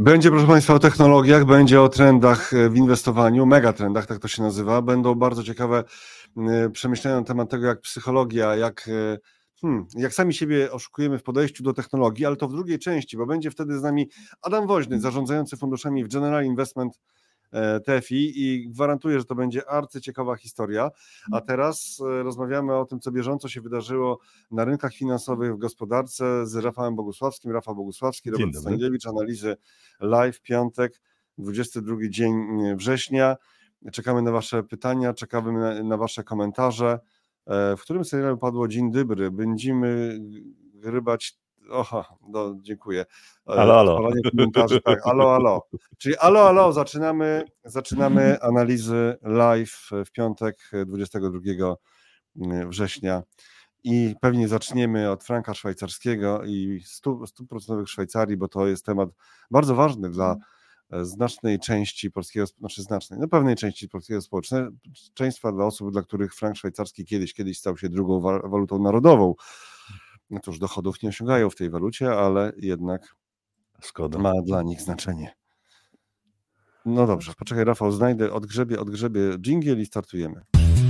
Będzie, proszę Państwa, o technologiach, będzie o trendach w inwestowaniu, megatrendach, tak to się nazywa. Będą bardzo ciekawe przemyślenia na temat tego, jak psychologia, jak sami siebie oszukujemy w podejściu do technologii, ale to w drugiej części, bo będzie wtedy z nami Adam Woźny, zarządzający funduszami w General Investment TFI i gwarantuję, że to będzie arcyciekawa historia. A teraz rozmawiamy o tym, co bieżąco się wydarzyło na rynkach finansowych, w gospodarce z Rafałem Bogusławskim. Rafał Bogusławski, Robert Stanilewicz, analizy live, piątek, 22 dzień września. Czekamy na Wasze pytania, czekamy na Wasze komentarze. W którym serialu padło Dzień dobry? Będziemy rybać. Oha, no, dziękuję. Odpalanie komentarzy, tak, alo. Czyli alo, zaczynamy analizy live w piątek 22 września i pewnie zaczniemy od franka szwajcarskiego i 100% Szwajcarii, bo to jest temat bardzo ważny dla znacznej części polskiego, pewnej części polskiego społeczeństwa, dla osób, dla których frank szwajcarski kiedyś stał się drugą walutą narodową. No to już dochodów nie osiągają w tej walucie, ale jednak szkoda. Ma dla nich znaczenie. No dobrze, poczekaj Rafał, znajdę, odgrzebię dżingiel i startujemy.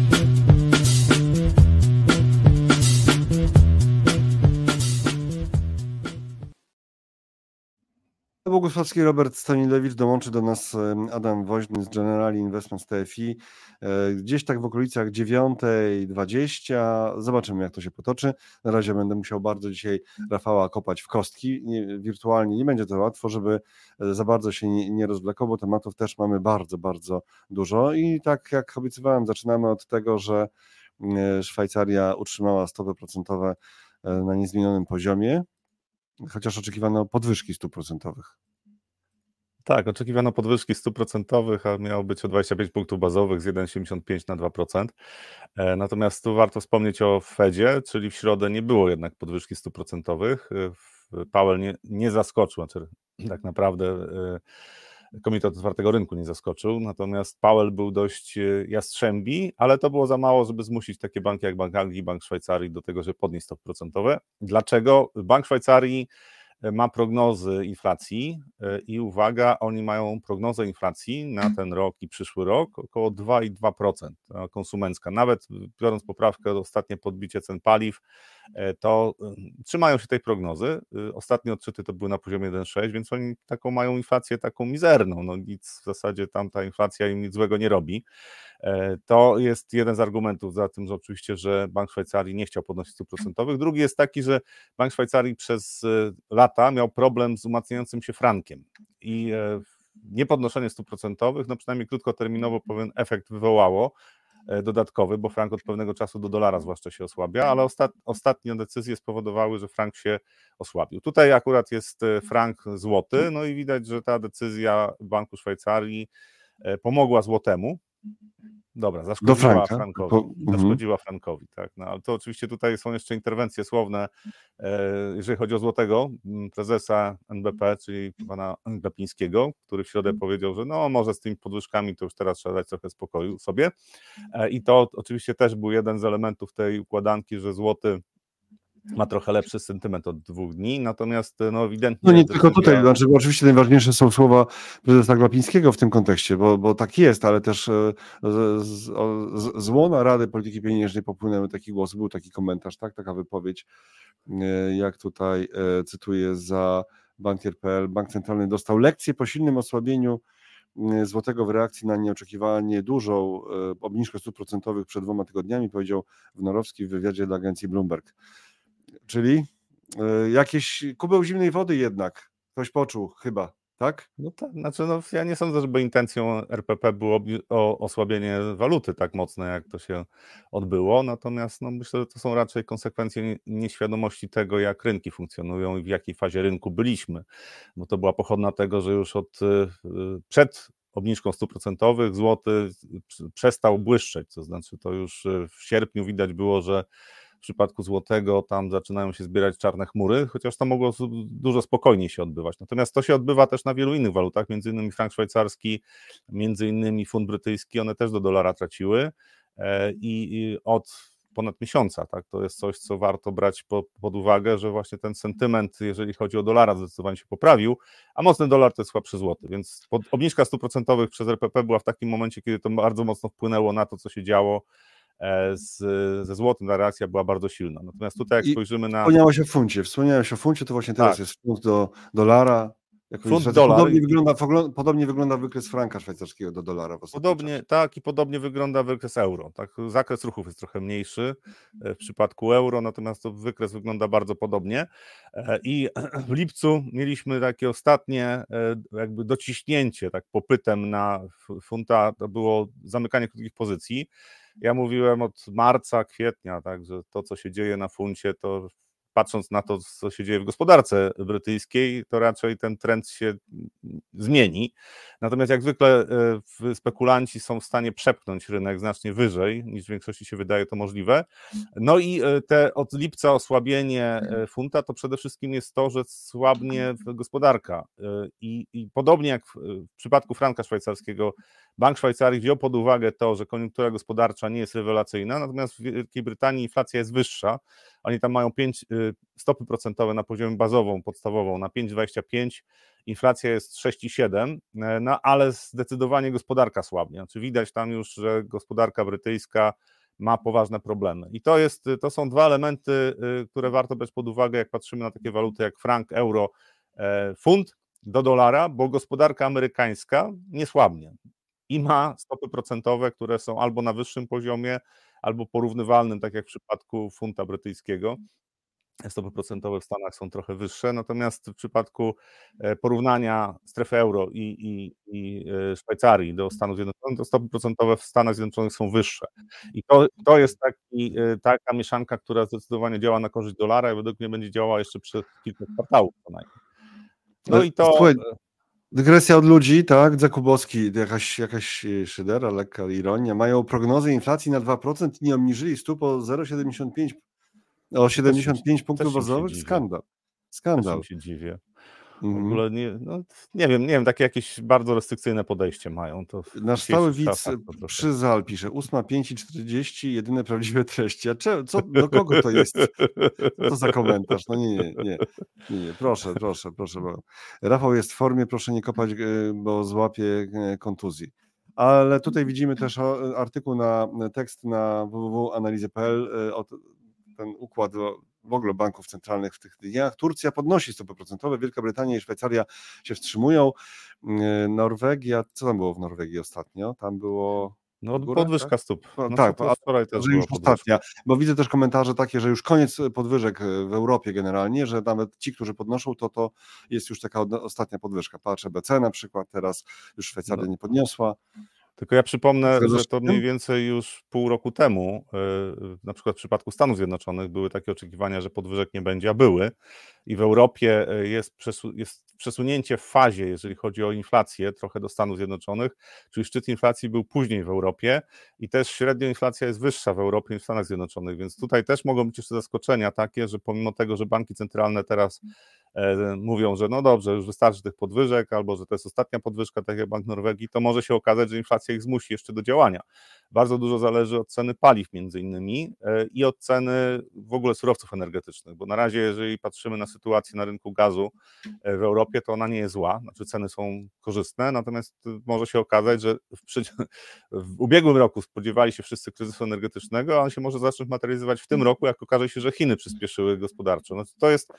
Bogusławski, Robert Stanilewicz, dołączy do nas Adam Woźny z General Investment TFI. Gdzieś tak w okolicach 9:20. Zobaczymy, jak to się potoczy. Na razie będę musiał bardzo dzisiaj Rafała kopać w kostki. Wirtualnie nie będzie to łatwo, żeby za bardzo się nie rozwlekał, bo tematów też mamy bardzo, bardzo dużo. I tak jak obiecywałem, zaczynamy od tego, że Szwajcaria utrzymała stopy procentowe na niezmienionym poziomie, chociaż oczekiwano podwyżki stóp procentowych. Tak, oczekiwano podwyżki stóp procentowych, a miało być o 25 punktów bazowych z 1,75 na 2%. Natomiast tu warto wspomnieć o Fedzie, czyli w środę nie było jednak podwyżki stóp procentowych. Powell nie zaskoczył, znaczy tak naprawdę Komitet Otwartego Rynku nie zaskoczył, natomiast Powell był dość jastrzębi, ale to było za mało, żeby zmusić takie banki jak Bank Anglii i Bank Szwajcarii do tego, żeby podnieść stopy procentowe. Dlaczego? Bank Szwajcarii ma prognozy inflacji i uwaga, oni mają prognozę inflacji na ten rok i przyszły rok około 2,2% konsumencka. Nawet biorąc poprawkę od ostatnie podbicie cen paliw, to trzymają się tej prognozy. Ostatnie odczyty to były na poziomie 1,6, więc oni taką mają inflację taką mizerną. No nic w zasadzie tam ta inflacja im nic złego nie robi. To jest jeden z argumentów za tym, że oczywiście, że Bank Szwajcarii nie chciał podnosić stóp procentowych. Drugi jest taki, że Bank Szwajcarii przez lata miał problem z umacniającym się frankiem i niepodnoszenie stóp procentowych, no przynajmniej krótkoterminowo pewien efekt wywołało dodatkowy, bo frank od pewnego czasu do dolara zwłaszcza się osłabia, ale ostatnie decyzje spowodowały, że frank się osłabił. Tutaj akurat jest frank złoty, no i widać, że ta decyzja Banku Szwajcarii pomogła złotemu. Dobra, zaszkodziła frankowi, tak. No, ale to oczywiście tutaj są jeszcze interwencje słowne, jeżeli chodzi o złotego, prezesa NBP, czyli pana Glapińskiego, który w środę powiedział, że no może z tymi podwyżkami to już teraz trzeba dać trochę spokoju sobie. I to oczywiście też był jeden z elementów tej układanki, że złoty ma trochę lepszy sentyment od 2 dni, natomiast no ewidentnie... No nie tylko tutaj, znaczy oczywiście najważniejsze są słowa prezesa Glapińskiego w tym kontekście, bo tak jest, ale też z łona Rady Polityki Pieniężnej popłynęły takie głosy, był taki komentarz, tak, taka wypowiedź, jak tutaj cytuję za bankier.pl, Bank Centralny dostał lekcję po silnym osłabieniu złotego w reakcji na nieoczekiwanie dużą obniżkę stóp procentowych przed 2 tygodniami, powiedział Wnorowski w wywiadzie dla agencji Bloomberg. Czyli jakieś kubeł zimnej wody jednak ktoś poczuł chyba, tak? No tak, znaczy no, ja nie sądzę, żeby intencją RPP było osłabienie waluty tak mocne, jak to się odbyło, natomiast no, myślę, że to są raczej konsekwencje nieświadomości tego, jak rynki funkcjonują i w jakiej fazie rynku byliśmy, bo to była pochodna tego, że już przed obniżką stóp procentowych złoty przestał błyszczeć, to znaczy to już w sierpniu widać było, że w przypadku złotego tam zaczynają się zbierać czarne chmury, chociaż to mogło dużo spokojniej się odbywać. Natomiast to się odbywa też na wielu innych walutach, między innymi frank szwajcarski, między innymi funt brytyjski, one też do dolara traciły i od ponad miesiąca. Tak? To jest coś, co warto brać pod uwagę, że właśnie ten sentyment, jeżeli chodzi o dolara, zdecydowanie się poprawił, a mocny dolar to jest słabszy złoty, więc obniżka stóp procentowych przez RPP była w takim momencie, kiedy to bardzo mocno wpłynęło na to, co się działo ze złotym, ta reakcja była bardzo silna. Natomiast tutaj jak spojrzymy na... Wspomniałeś o funcie, to właśnie teraz tak. jest funt do dolara. Dolar. Podobnie wygląda wykres franka szwajcarskiego do dolara w ostatnim czasie. Tak, i podobnie wygląda wykres euro. Tak, zakres ruchów jest trochę mniejszy w przypadku euro, natomiast to wykres wygląda bardzo podobnie. I w lipcu mieliśmy takie ostatnie jakby dociśnięcie tak popytem na funta, to było zamykanie krótkich pozycji. Ja mówiłem od marca, kwietnia, tak, że to, co się dzieje na funcie, to patrząc na to, co się dzieje w gospodarce brytyjskiej, to raczej ten trend się zmieni. Natomiast jak zwykle spekulanci są w stanie przepchnąć rynek znacznie wyżej, niż w większości się wydaje to możliwe. No i te od lipca osłabienie funta to przede wszystkim jest to, że słabnie gospodarka. I podobnie jak w przypadku franka szwajcarskiego, Bank Szwajcarii wziął pod uwagę to, że koniunktura gospodarcza nie jest rewelacyjna, natomiast w Wielkiej Brytanii inflacja jest wyższa. Oni tam mają 5 stopy procentowe na poziomie bazową, podstawową na 5,25, inflacja jest 6,7, no ale zdecydowanie gospodarka słabnie. Znaczy widać tam już, że gospodarka brytyjska ma poważne problemy. I to są dwa elementy, które warto brać pod uwagę, jak patrzymy na takie waluty jak frank, euro, funt do dolara, bo gospodarka amerykańska nie słabnie i ma stopy procentowe, które są albo na wyższym poziomie, albo porównywalnym, tak jak w przypadku funta brytyjskiego. Stopy procentowe w Stanach są trochę wyższe, natomiast w przypadku porównania strefy euro i Szwajcarii do Stanów Zjednoczonych, to stopy procentowe w Stanach Zjednoczonych są wyższe. I to jest taka mieszanka, która zdecydowanie działa na korzyść dolara i według mnie będzie działała jeszcze przez kilka kwartałów co najmniej. No i to... Słuchaj, dygresja od ludzi, tak? Jakubowski, jakaś szydera, lekka ironia. Mają prognozy inflacji na 2% i nie obniżyli stóp o 0,75, o 75 punktów bazowych. Skandal. Też się dziwię. W ogóle nie wiem, takie jakieś bardzo restrykcyjne podejście mają. To nasz stały widz Przyzal pisze 8:05:40, jedyne prawdziwe treści. A do kogo to jest? Co to za komentarz? No nie. Proszę, bo Rafał jest w formie, proszę nie kopać, bo złapie kontuzji. Ale tutaj widzimy też artykuł tekst na www.analizy.pl, ten układ w ogóle banków centralnych w tych dniach. Turcja podnosi stopy procentowe, Wielka Brytania i Szwajcaria się wstrzymują. Norwegia, co tam było w Norwegii ostatnio? Tam było... podwyżka stóp. Tak, wczoraj też była ostatnia, bo widzę też komentarze takie, że już koniec podwyżek w Europie generalnie, że nawet ci, którzy podnoszą, to jest już taka ostatnia podwyżka. Patrzę, BC na przykład teraz już Szwajcaria nie podniosła. Tylko ja przypomnę, że to mniej więcej już pół roku temu, na przykład w przypadku Stanów Zjednoczonych były takie oczekiwania, że podwyżek nie będzie, a były. I w Europie jest przesunięcie w fazie, jeżeli chodzi o inflację, trochę do Stanów Zjednoczonych, czyli szczyt inflacji był później w Europie i też średnio inflacja jest wyższa w Europie niż w Stanach Zjednoczonych, więc tutaj też mogą być jeszcze zaskoczenia takie, że pomimo tego, że banki centralne teraz mówią, że no dobrze, już wystarczy tych podwyżek, albo że to jest ostatnia podwyżka, tak jak Bank Norwegii, to może się okazać, że inflacja ich zmusi jeszcze do działania. Bardzo dużo zależy od ceny paliw między innymi i od ceny w ogóle surowców energetycznych, bo na razie, jeżeli patrzymy na sytuację na rynku gazu w Europie, to ona nie jest zła, znaczy ceny są korzystne, natomiast może się okazać, że w ubiegłym roku spodziewali się wszyscy kryzysu energetycznego, a on się może zacząć materializować w tym roku, jak okaże się, że Chiny przyspieszyły gospodarczo. No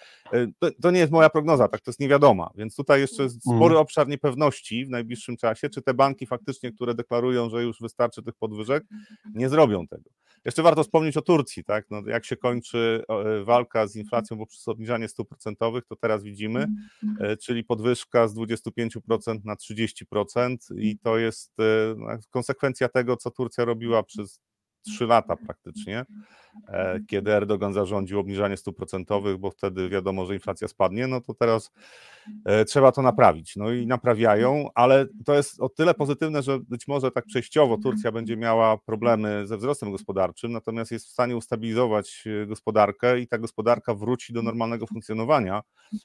to nie jest moja prognoza, tak, to jest niewiadoma, więc tutaj jeszcze jest spory obszar niepewności w najbliższym czasie, czy te banki faktycznie, które deklarują, że już wystarczy tych podwyżek, nie zrobią tego. Jeszcze warto wspomnieć o Turcji, tak, no, jak się kończy walka z inflacją poprzez obniżanie stóp procentowych, to teraz widzimy, czyli podwyżka z 25% na 30% i to jest konsekwencja tego, co Turcja robiła przez 3 lata praktycznie, kiedy Erdogan zarządził obniżanie stóp procentowych, bo wtedy wiadomo, że inflacja spadnie, no to teraz trzeba to naprawić. No i naprawiają, ale to jest o tyle pozytywne, że być może tak przejściowo Turcja będzie miała problemy ze wzrostem gospodarczym, natomiast jest w stanie ustabilizować gospodarkę i ta gospodarka wróci do normalnego funkcjonowania,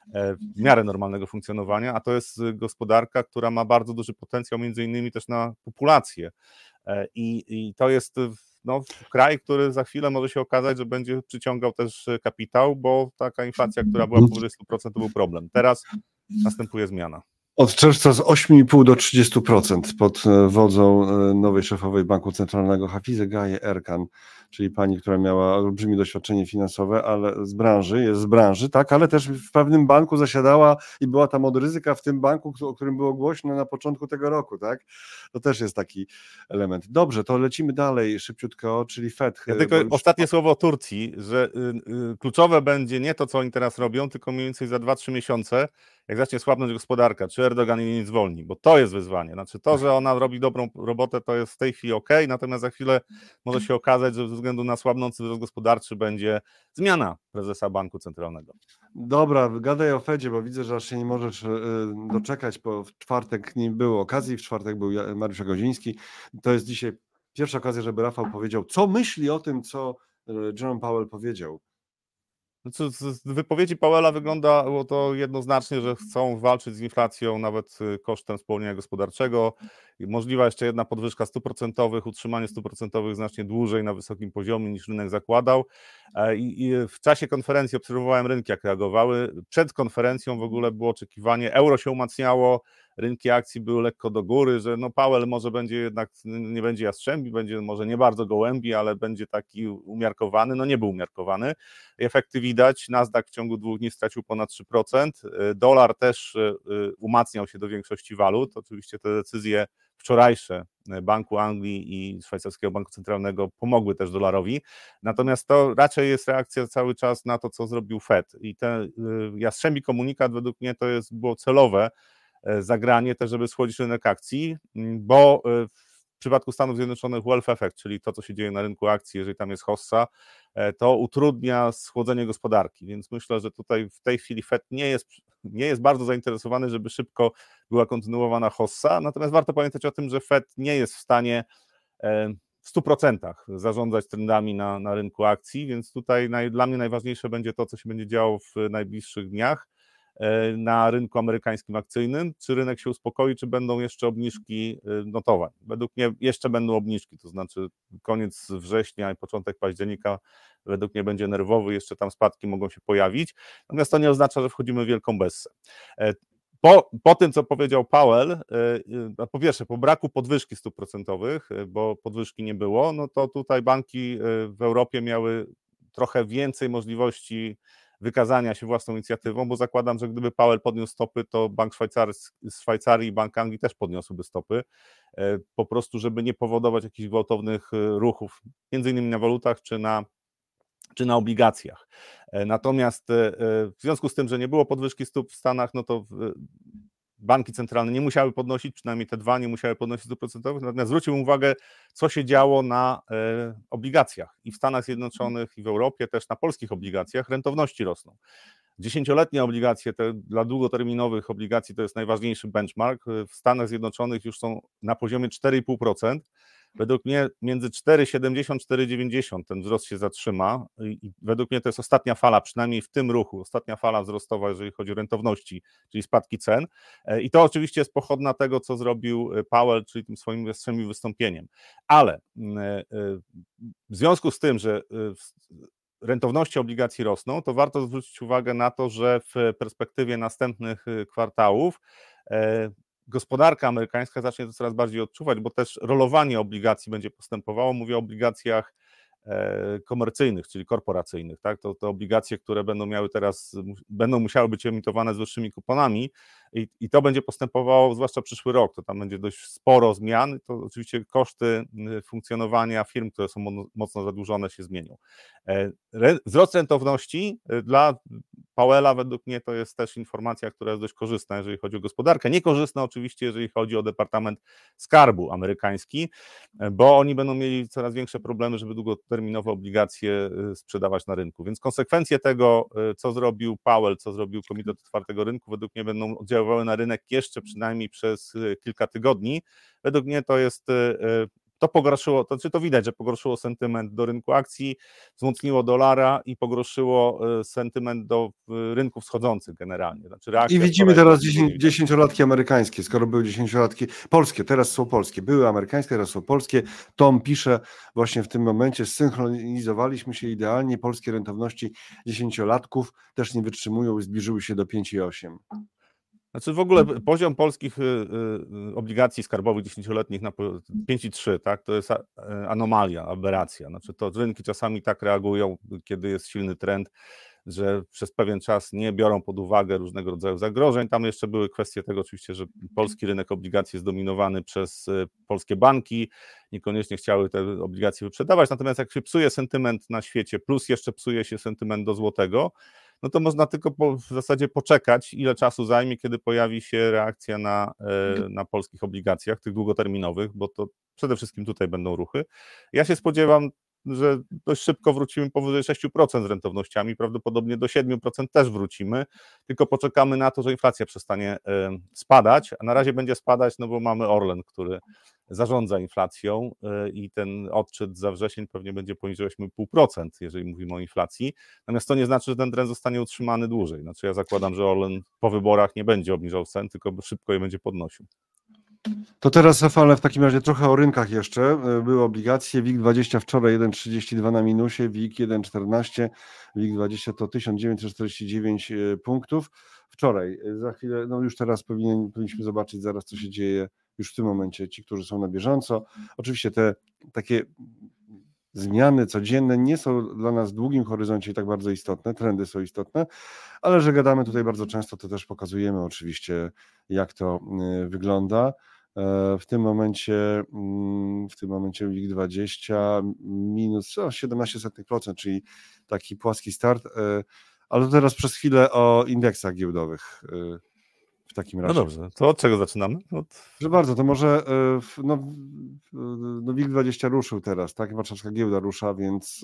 w miarę normalnego funkcjonowania, a to jest gospodarka, która ma bardzo duży potencjał między innymi też na populację i to jest kraj, który za chwilę może się okazać, że będzie przyciągał też kapitał, bo taka inflacja, która była powyżej 100%, to był problem. Teraz następuje zmiana. Od czerwca z 8,5 do 30% pod wodzą nowej szefowej Banku Centralnego Hafize Gaye Erkan, czyli pani, która miała olbrzymie doświadczenie finansowe, ale jest z branży, tak, ale też w pewnym banku zasiadała i była tam od ryzyka w tym banku, o którym było głośno na początku tego roku, tak? To też jest taki element. Dobrze, to lecimy dalej szybciutko, czyli Fed. Ja tylko ostatnie słowo o Turcji, że kluczowe będzie nie to, co oni teraz robią, tylko mniej więcej za 2-3 miesiące, jak zacznie słabnąć gospodarka, czy Erdogan jej nie zwolni, bo to jest wyzwanie. Znaczy to, że ona robi dobrą robotę, to jest w tej chwili ok, natomiast za chwilę może się okazać, że ze względu na słabnący wzrost gospodarczy będzie zmiana prezesa Banku Centralnego. Dobra, gadaj o Fedzie, bo widzę, że aż się nie możesz doczekać, bo w czwartek nie było okazji, w czwartek był Mariusz Jagodziński. To jest dzisiaj pierwsza okazja, żeby Rafał powiedział, co myśli o tym, co Jerome Powell powiedział. Z wypowiedzi Powella wyglądało to jednoznacznie, że chcą walczyć z inflacją nawet kosztem spowolnienia gospodarczego. Możliwa jeszcze jedna podwyżka 100%, utrzymanie 100% znacznie dłużej na wysokim poziomie niż rynek zakładał. I w czasie konferencji obserwowałem rynki, jak reagowały. Przed konferencją w ogóle było oczekiwanie, euro się umacniało, rynki akcji były lekko do góry, że Powell może będzie jednak, nie będzie jastrzębi, będzie może nie bardzo gołębi, ale będzie taki umiarkowany. Nie był umiarkowany. Efekty widać, Nasdaq w ciągu 2 dni stracił ponad 3%, dolar też umacniał się do większości walut, oczywiście te decyzje wczorajsze Banku Anglii i Szwajcarskiego Banku Centralnego pomogły też dolarowi, natomiast to raczej jest reakcja cały czas na to, co zrobił Fed i ten jastrzębi komunikat według mnie było celowe zagranie też, żeby schłodzić rynek akcji, bo w przypadku Stanów Zjednoczonych wealth effect, czyli to, co się dzieje na rynku akcji, jeżeli tam jest hossa, to utrudnia schłodzenie gospodarki, więc myślę, że tutaj w tej chwili Fed nie jest bardzo zainteresowany, żeby szybko była kontynuowana hossa, natomiast warto pamiętać o tym, że Fed nie jest w stanie w 100% zarządzać trendami na rynku akcji, więc tutaj dla mnie najważniejsze będzie to, co się będzie działo w najbliższych dniach na rynku amerykańskim akcyjnym, czy rynek się uspokoi, czy będą jeszcze obniżki notowań. Według mnie jeszcze będą obniżki, to znaczy koniec września i początek października według mnie będzie nerwowy, jeszcze tam spadki mogą się pojawić, natomiast to nie oznacza, że wchodzimy w wielką bessę. Po tym, co powiedział Powell, po pierwsze, po braku podwyżki stóp procentowych, bo podwyżki nie było, to tutaj banki w Europie miały trochę więcej możliwości wykazania się własną inicjatywą, bo zakładam, że gdyby Powell podniósł stopy, to Bank Szwajcarii i Bank Anglii też podniosłyby stopy, po prostu, żeby nie powodować jakichś gwałtownych ruchów, między innymi na walutach czy na obligacjach. Natomiast w związku z tym, że nie było podwyżki stóp w Stanach, to banki centralne nie musiały podnosić, przynajmniej te dwa nie musiały podnosić stóp procentowych, natomiast zwróciłbym uwagę, co się działo na obligacjach i w Stanach Zjednoczonych, i w Europie, też na polskich obligacjach rentowności rosną. 10-letnie obligacje, dla długoterminowych obligacji to jest najważniejszy benchmark, w Stanach Zjednoczonych już są na poziomie 4,5%, według mnie między 4,70-4,90 ten wzrost się zatrzyma i według mnie to jest ostatnia fala, przynajmniej w tym ruchu, ostatnia fala wzrostowa, jeżeli chodzi o rentowności, czyli spadki cen i to oczywiście jest pochodna tego, co zrobił Powell, czyli tym swoim jastrzębim wystąpieniem, ale w związku z tym, że rentowności obligacji rosną, to warto zwrócić uwagę na to, że w perspektywie następnych kwartałów gospodarka amerykańska zacznie to coraz bardziej odczuwać, bo też rolowanie obligacji będzie postępowało. Mówię o obligacjach komercyjnych, czyli korporacyjnych, tak? To obligacje, które będą musiały być emitowane z wyższymi kuponami i to będzie postępowało zwłaszcza przyszły rok, to tam będzie dość sporo zmian, to oczywiście koszty funkcjonowania firm, które są mocno zadłużone, się zmienią. Wzrost rentowności dla Powella według mnie to jest też informacja, która jest dość korzystna, jeżeli chodzi o gospodarkę, niekorzystna oczywiście, jeżeli chodzi o Departament Skarbu amerykański, bo oni będą mieli coraz większe problemy, żeby długoterminowe obligacje sprzedawać na rynku, więc konsekwencje tego, co zrobił Powell, co zrobił Komitet Otwartego Rynku, według mnie będą oddziaływały na rynek jeszcze przynajmniej przez kilka tygodni. Według mnie to jest to pogorszyło, to widać, że pogorszyło sentyment do rynku akcji, wzmocniło dolara i pogorszyło sentyment do rynków wschodzących generalnie. Znaczy I reakcja widzimy wczoraj była teraz tego nie widać. dziesięciolatki amerykańskie, skoro były dziesięciolatki polskie, teraz są polskie, były amerykańskie, teraz są polskie. Tom pisze właśnie w tym momencie, zsynchronizowaliśmy się idealnie, polskie rentowności dziesięciolatków też nie wytrzymują i zbliżyły się do 5,8. Znaczy w ogóle poziom polskich obligacji skarbowych 10-letnich na 5,3, tak, to jest anomalia, aberracja. Znaczy to rynki czasami tak reagują, kiedy jest silny trend, że przez pewien czas nie biorą pod uwagę różnego rodzaju zagrożeń. Tam jeszcze były kwestie tego oczywiście, że polski rynek obligacji jest dominowany przez polskie banki, niekoniecznie chciały te obligacje wyprzedawać, natomiast jak się psuje sentyment na świecie, plus jeszcze psuje się sentyment do złotego, no to można tylko w zasadzie poczekać, ile czasu zajmie, kiedy pojawi się reakcja na polskich obligacjach, tych długoterminowych, bo to przede wszystkim tutaj będą ruchy. Ja się spodziewam, że dość szybko wrócimy powyżej 6% z rentownościami, prawdopodobnie do 7% też wrócimy, tylko poczekamy na to, że inflacja przestanie spadać, a na razie będzie spadać, no bo mamy Orlen, który zarządza inflacją i ten odczyt za wrzesień pewnie będzie poniżej 8,5%, jeżeli mówimy o inflacji, natomiast to nie znaczy, że ten trend zostanie utrzymany dłużej, znaczy ja zakładam, że Orlen po wyborach nie będzie obniżał cen, tylko szybko je będzie podnosił. To teraz, Rafale, w takim razie trochę o rynkach jeszcze. Były obligacje, WIG20 wczoraj 1,32 na minusie, WIG 1,14, WIG20 to 1949 punktów. Wczoraj, za chwilę, no już teraz powinniśmy zobaczyć zaraz, co się dzieje już w tym momencie, ci, którzy są na bieżąco. Oczywiście te takie zmiany codzienne nie są dla nas w długim horyzoncie tak bardzo istotne, trendy są istotne, ale że gadamy tutaj bardzo często, to też pokazujemy oczywiście, jak to wygląda. W tym momencie WIG20 minus 0,17%, czyli taki płaski start, ale to teraz przez chwilę o indeksach giełdowych w takim razie. No dobrze, to od czego zaczynamy? Proszę bardzo, to może WIG20 ruszył teraz, tak? Warszawska giełda rusza, więc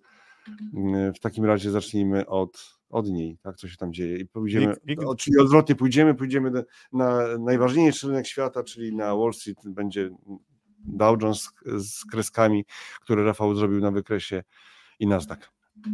w takim razie zacznijmy od niej, tak? Co się tam dzieje i pójdziemy, czyli odwrotnie pójdziemy na najważniejszy rynek świata, czyli na Wall Street, będzie Dow Jones z kreskami, które Rafał zrobił na wykresie i Nasdaq.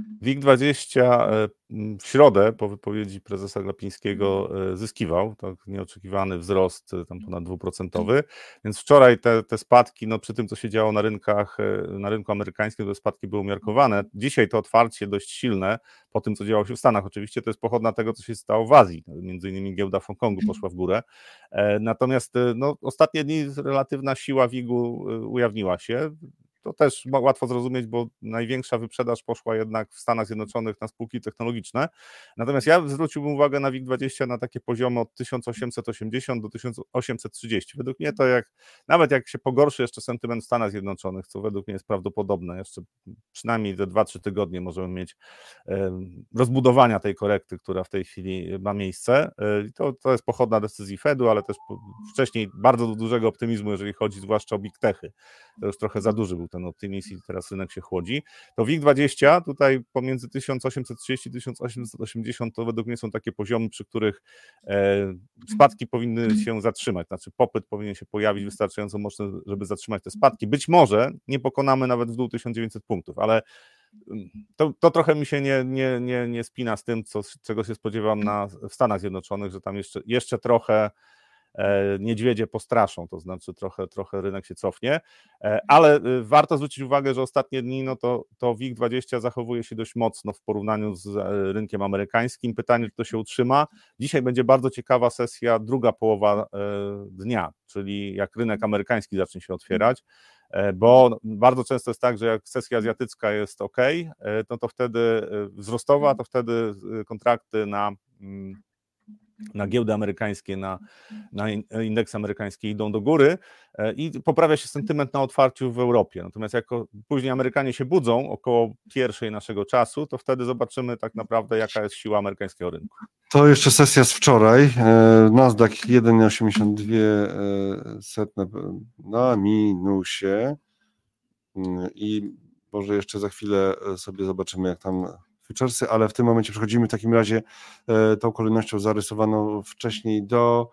WIG20 w środę po wypowiedzi prezesa Glapińskiego zyskiwał, tak nieoczekiwany wzrost tam ponad 2%, więc wczoraj te spadki, no przy tym co się działo na rynkach, na rynku amerykańskim, te spadki były umiarkowane. Dzisiaj to otwarcie dość silne po tym co działo się w Stanach, oczywiście to jest pochodna tego co się stało w Azji, między innymi giełda w Hongkongu poszła w górę, natomiast no, ostatnie dni relatywna siła WIG-u ujawniła się. To też łatwo zrozumieć, bo największa wyprzedaż poszła jednak w Stanach Zjednoczonych na spółki technologiczne. Natomiast ja zwróciłbym uwagę na WIG20 na takie poziomy od 1880 do 1830. Według mnie to nawet jak się pogorszy jeszcze sentyment w Stanach Zjednoczonych, co według mnie jest prawdopodobne, jeszcze przynajmniej te 2-3 tygodnie możemy mieć rozbudowania tej korekty, która w tej chwili ma miejsce. To jest pochodna decyzji Fedu, ale też wcześniej bardzo dużego optymizmu, jeżeli chodzi zwłaszcza o big techy. To już trochę za duży był ten optymizm i teraz rynek się chłodzi. To WIG20 tutaj pomiędzy 1830 i 1880 to według mnie są takie poziomy, przy których spadki powinny się zatrzymać, znaczy popyt powinien się pojawić wystarczająco mocny, żeby zatrzymać te spadki. Być może nie pokonamy nawet w dół 1900 punktów, ale to trochę mi się nie spina z tym, czego się spodziewam w Stanach Zjednoczonych, że tam jeszcze trochę niedźwiedzie postraszą, to znaczy trochę rynek się cofnie, ale warto zwrócić uwagę, że ostatnie dni to WIG20 zachowuje się dość mocno w porównaniu z rynkiem amerykańskim. Pytanie, czy to się utrzyma. Dzisiaj będzie bardzo ciekawa sesja, druga połowa dnia, czyli jak rynek amerykański zacznie się otwierać, bo bardzo często jest tak, że jak sesja azjatycka jest ok, to wtedy wzrostowa, to wtedy kontrakty na giełdy amerykańskie, na indeksy amerykańskie idą do góry i poprawia się sentyment na otwarciu w Europie. Natomiast jak później Amerykanie się budzą około pierwszej naszego czasu, to wtedy zobaczymy tak naprawdę, jaka jest siła amerykańskiego rynku. To jeszcze sesja z wczoraj. Nasdaq 1,82 na minusie i może jeszcze za chwilę sobie zobaczymy, jak tam futuresy, ale w tym momencie przechodzimy w takim razie tą kolejnością zarysowaną wcześniej do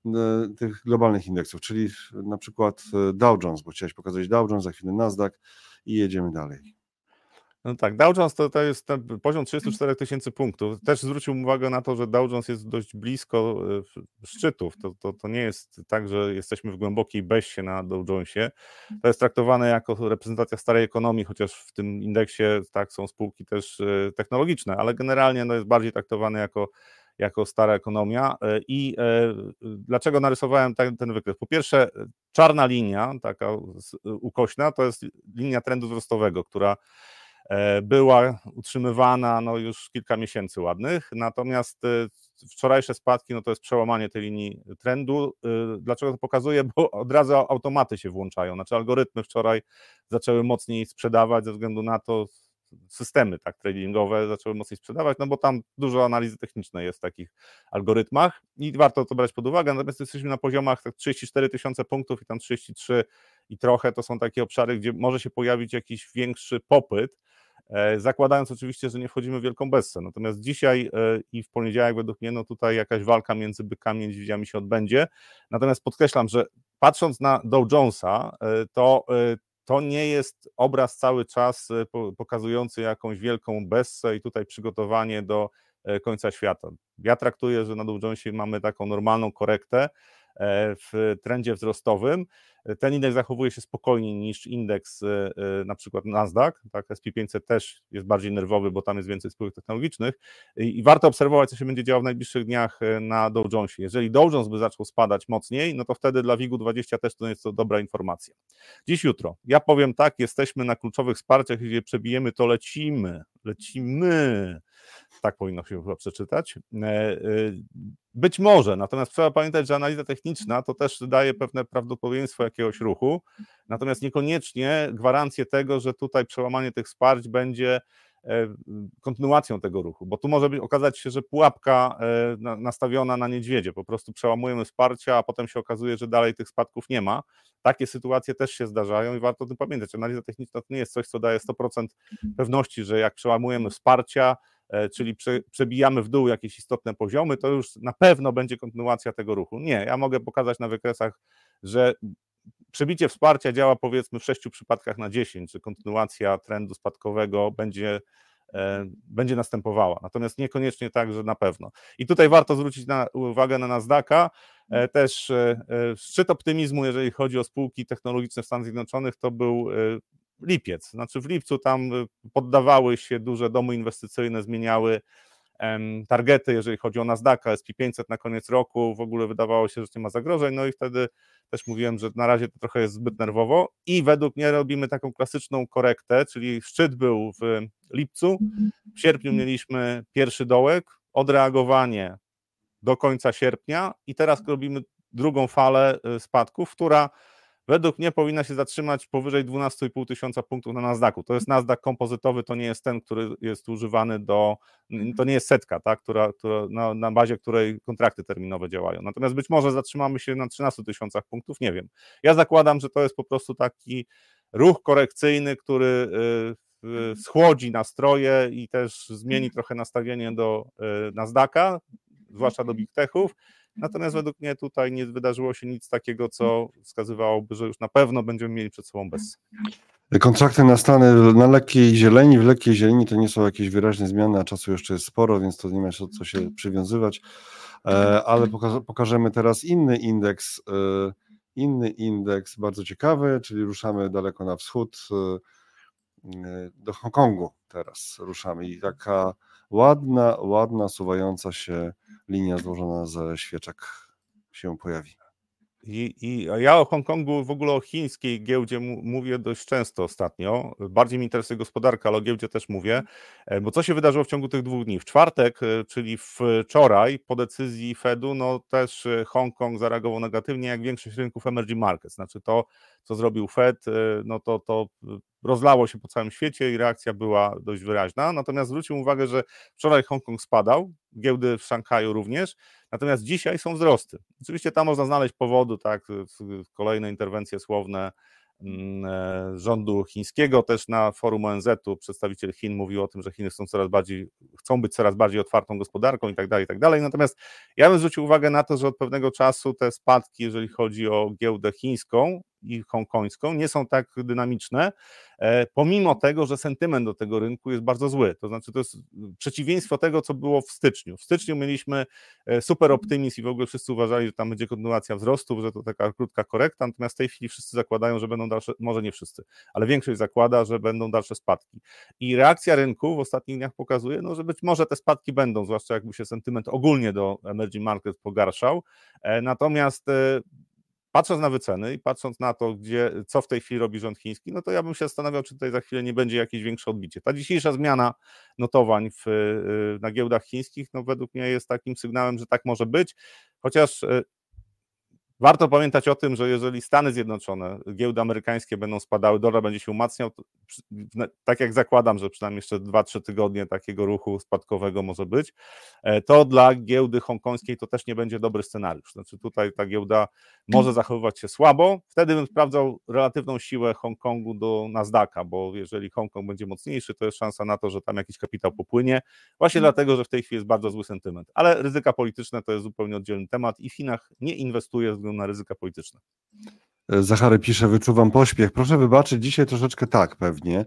tych globalnych indeksów, czyli na przykład Dow Jones, bo chciałeś pokazać Dow Jones, za chwilę Nasdaq i jedziemy dalej. No tak, Dow Jones to jest ten poziom 34 tysięcy punktów. Też zwrócił uwagę na to, że Dow Jones jest dość blisko szczytów. To nie jest tak, że jesteśmy w głębokiej beście na Dow Jonesie. To jest traktowane jako reprezentacja starej ekonomii, chociaż w tym indeksie tak są spółki też technologiczne, ale generalnie jest bardziej traktowane jako stara ekonomia. I dlaczego narysowałem ten wykres? Po pierwsze, czarna linia, taka ukośna, to jest linia trendu wzrostowego, która była utrzymywana już kilka miesięcy ładnych, natomiast wczorajsze spadki to jest przełamanie tej linii trendu. Dlaczego to pokazuję? Bo od razu automaty się włączają, znaczy algorytmy wczoraj zaczęły mocniej sprzedawać ze względu na to, systemy tradingowe zaczęły mocniej sprzedawać, bo tam dużo analizy technicznej jest w takich algorytmach i warto to brać pod uwagę, natomiast jesteśmy na poziomach 34 tysiące punktów i tam 33 i trochę to są takie obszary, gdzie może się pojawić jakiś większy popyt, zakładając oczywiście, że nie wchodzimy w wielką bessę. Natomiast dzisiaj i w poniedziałek według mnie tutaj jakaś walka między bykami i niedźwiedziami się odbędzie. Natomiast podkreślam, że patrząc na Dow Jonesa, to nie jest obraz cały czas pokazujący jakąś wielką bessę i tutaj przygotowanie do końca świata. Ja traktuję, że na Dow Jonesie mamy taką normalną korektę w trendzie wzrostowym. Ten indeks zachowuje się spokojniej niż indeks na przykład Nasdaq, tak, SP 500 też jest bardziej nerwowy, bo tam jest więcej spółek technologicznych i warto obserwować, co się będzie działo w najbliższych dniach na Dow Jonesie. Jeżeli Dow Jones by zaczął spadać mocniej, to wtedy dla WIG-20 też to jest to dobra informacja. Dziś, jutro, ja powiem tak, jesteśmy na kluczowych wsparciach, gdzie przebijemy, to lecimy, tak powinno się chyba przeczytać. Być może, natomiast trzeba pamiętać, że analiza techniczna to też daje pewne prawdopodobieństwo jakiegoś ruchu, natomiast niekoniecznie gwarancję tego, że tutaj przełamanie tych wsparć będzie kontynuacją tego ruchu, bo tu może okazać się, że pułapka nastawiona na niedźwiedzie, po prostu przełamujemy wsparcia, a potem się okazuje, że dalej tych spadków nie ma. Takie sytuacje też się zdarzają i warto o tym pamiętać. Analiza techniczna to nie jest coś, co daje 100% pewności, że jak przełamujemy wsparcia, czyli przebijamy w dół jakieś istotne poziomy, to już na pewno będzie kontynuacja tego ruchu. Nie, ja mogę pokazać na wykresach, że przebicie wsparcia działa powiedzmy w 6 przypadkach na 10, że kontynuacja trendu spadkowego będzie następowała. Natomiast niekoniecznie tak, że na pewno. I tutaj warto zwrócić uwagę na Nasdaqa. Też szczyt optymizmu, jeżeli chodzi o spółki technologiczne w Stanach Zjednoczonych, to był lipiec. Znaczy w lipcu tam poddawały się duże domy inwestycyjne, zmieniały targety, jeżeli chodzi o Nasdaqa, SP 500 na koniec roku, w ogóle wydawało się, że nie ma zagrożeń, i wtedy też mówiłem, że na razie to trochę jest zbyt nerwowo i według mnie robimy taką klasyczną korektę, czyli szczyt był w lipcu, w sierpniu mieliśmy pierwszy dołek, odreagowanie do końca sierpnia i teraz robimy drugą falę spadków, która według mnie powinna się zatrzymać powyżej 12,5 tysiąca punktów na Nasdaqu. To jest Nasdaq kompozytowy, to nie jest ten, który jest używany to nie jest setka, tak, na bazie której kontrakty terminowe działają. Natomiast być może zatrzymamy się na 13 tysiącach punktów, nie wiem. Ja zakładam, że to jest po prostu taki ruch korekcyjny, który schłodzi nastroje i też zmieni trochę nastawienie do Nasdaqa, zwłaszcza do big techów. Natomiast według mnie tutaj nie wydarzyło się nic takiego, co wskazywałoby, że już na pewno będziemy mieli przed sobą bessę. Kontrakty na Stany na lekkiej zieleni, w lekkiej zieleni to nie są jakieś wyraźne zmiany, a czasu jeszcze jest sporo, więc to nie ma co się przywiązywać, ale pokażemy teraz inny indeks bardzo ciekawy, czyli ruszamy daleko na wschód, do Hongkongu teraz ruszamy i taka ładna, suwająca się linia złożona ze świeczek się pojawi. A ja o Hongkongu, w ogóle o chińskiej giełdzie mówię dość często ostatnio. Bardziej mi interesuje gospodarka, ale o giełdzie też mówię, bo co się wydarzyło w ciągu tych 2 dni? W czwartek, czyli wczoraj, po decyzji Fedu, też Hongkong zareagował negatywnie, jak większość rynków emerging markets. Znaczy to, co zrobił Fed, to rozlało się po całym świecie i reakcja była dość wyraźna. Natomiast zwróćmy uwagę, że wczoraj Hongkong spadał, giełdy w Szanghaju również, natomiast dzisiaj są wzrosty. Oczywiście tam można znaleźć powody, tak, kolejne interwencje słowne rządu chińskiego. Też na forum ONZ-u przedstawiciel Chin mówił o tym, że Chiny chcą być coraz bardziej otwartą gospodarką i tak dalej, i tak dalej. Natomiast ja bym zwrócił uwagę na to, że od pewnego czasu te spadki, jeżeli chodzi o giełdę chińską i hongkońską, nie są tak dynamiczne, pomimo tego, że sentyment do tego rynku jest bardzo zły. To znaczy, to jest przeciwieństwo tego, co było w styczniu. W styczniu mieliśmy super optymizm i w ogóle wszyscy uważali, że tam będzie kontynuacja wzrostu, że to taka krótka korekta, natomiast w tej chwili wszyscy zakładają, że będą dalsze, może nie wszyscy, ale większość zakłada, że będą dalsze spadki. I reakcja rynku w ostatnich dniach pokazuje, no, że być może te spadki będą, zwłaszcza jakby się sentyment ogólnie do emerging market pogarszał. Natomiast patrząc na wyceny i patrząc na to, co w tej chwili robi rząd chiński, no to ja bym się zastanawiał, czy tutaj za chwilę nie będzie jakieś większe odbicie. Ta dzisiejsza zmiana notowań na giełdach chińskich, no według mnie jest takim sygnałem, że tak może być, chociaż warto pamiętać o tym, że jeżeli Stany Zjednoczone, giełdy amerykańskie będą spadały, dolar będzie się umacniał, to, tak jak zakładam, że przynajmniej jeszcze 2-3 tygodnie takiego ruchu spadkowego może być, to dla giełdy hongkońskiej to też nie będzie dobry scenariusz. Znaczy tutaj ta giełda może zachowywać się słabo, wtedy bym sprawdzał relatywną siłę Hongkongu do Nasdaqa, bo jeżeli Hongkong będzie mocniejszy, to jest szansa na to, że tam jakiś kapitał popłynie, właśnie dlatego, że w tej chwili jest bardzo zły sentyment. Ale ryzyka polityczne to jest zupełnie oddzielny temat i w Chinach nie inwestuję na ryzyka polityczne. Zachary pisze, wyczuwam pośpiech. Proszę wybaczyć, dzisiaj troszeczkę tak pewnie,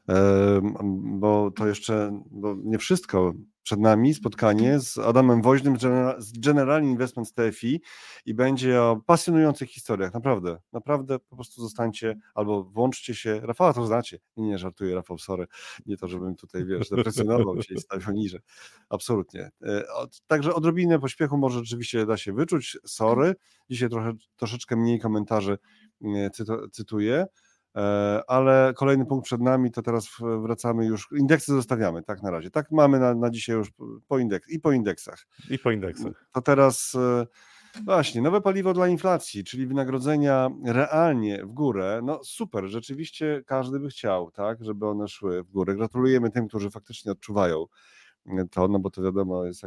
bo to jeszcze nie wszystko. Przed nami spotkanie z Adamem Woźnym z General Investment z TFI i będzie o pasjonujących historiach. Naprawdę, naprawdę po prostu zostańcie albo włączcie się. Rafała to znacie. Nie, żartuję, Rafał, sorry. Nie to, żebym tutaj, deprecjonował się i stawiał niżej. Absolutnie. Także odrobinę pośpiechu może rzeczywiście da się wyczuć. Sorry. Dzisiaj troszeczkę mniej komentarzy cytuję. Ale kolejny punkt przed nami, to teraz wracamy już, indeksy zostawiamy, tak na razie. Tak mamy na dzisiaj już po indeksach. I po indeksach. To teraz właśnie, nowe paliwo dla inflacji, czyli wynagrodzenia realnie w górę. No super, rzeczywiście każdy by chciał, tak, żeby one szły w górę. Gratulujemy tym, którzy faktycznie odczuwają to, no bo to wiadomo, jest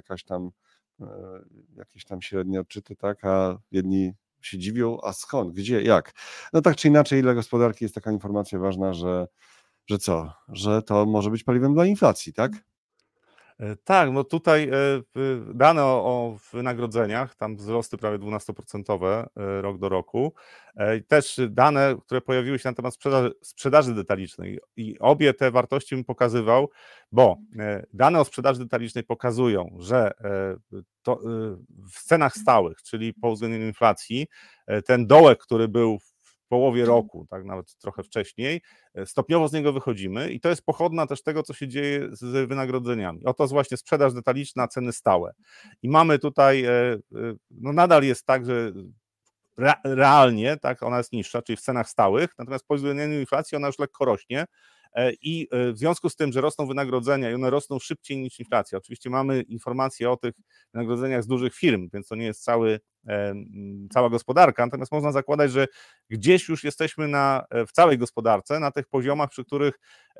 jakieś tam średnie odczyty, tak, a jedni się dziwią, a skąd, gdzie, jak. No tak czy inaczej, dla gospodarki jest taka informacja ważna, że co? Że to może być paliwem dla inflacji, tak? Tak, no tutaj dane o wynagrodzeniach, tam wzrosty prawie 12% rok do roku, też dane, które pojawiły się na temat sprzedaży detalicznej i obie te wartości bym pokazywał, bo dane o sprzedaży detalicznej pokazują, że to w cenach stałych, czyli po uwzględnieniu inflacji, ten dołek, który był w połowie roku, tak nawet trochę wcześniej, stopniowo z niego wychodzimy i to jest pochodna też tego, co się dzieje z wynagrodzeniami. Oto jest właśnie sprzedaż detaliczna, ceny stałe. I mamy tutaj, no nadal jest tak, że realnie tak, ona jest niższa, czyli w cenach stałych, natomiast po uwzględnieniu inflacji ona już lekko rośnie. I w związku z tym, że rosną wynagrodzenia i one rosną szybciej niż inflacja, oczywiście mamy informacje o tych wynagrodzeniach z dużych firm, więc to nie jest cała gospodarka, natomiast można zakładać, że gdzieś już jesteśmy w całej gospodarce na tych poziomach, przy których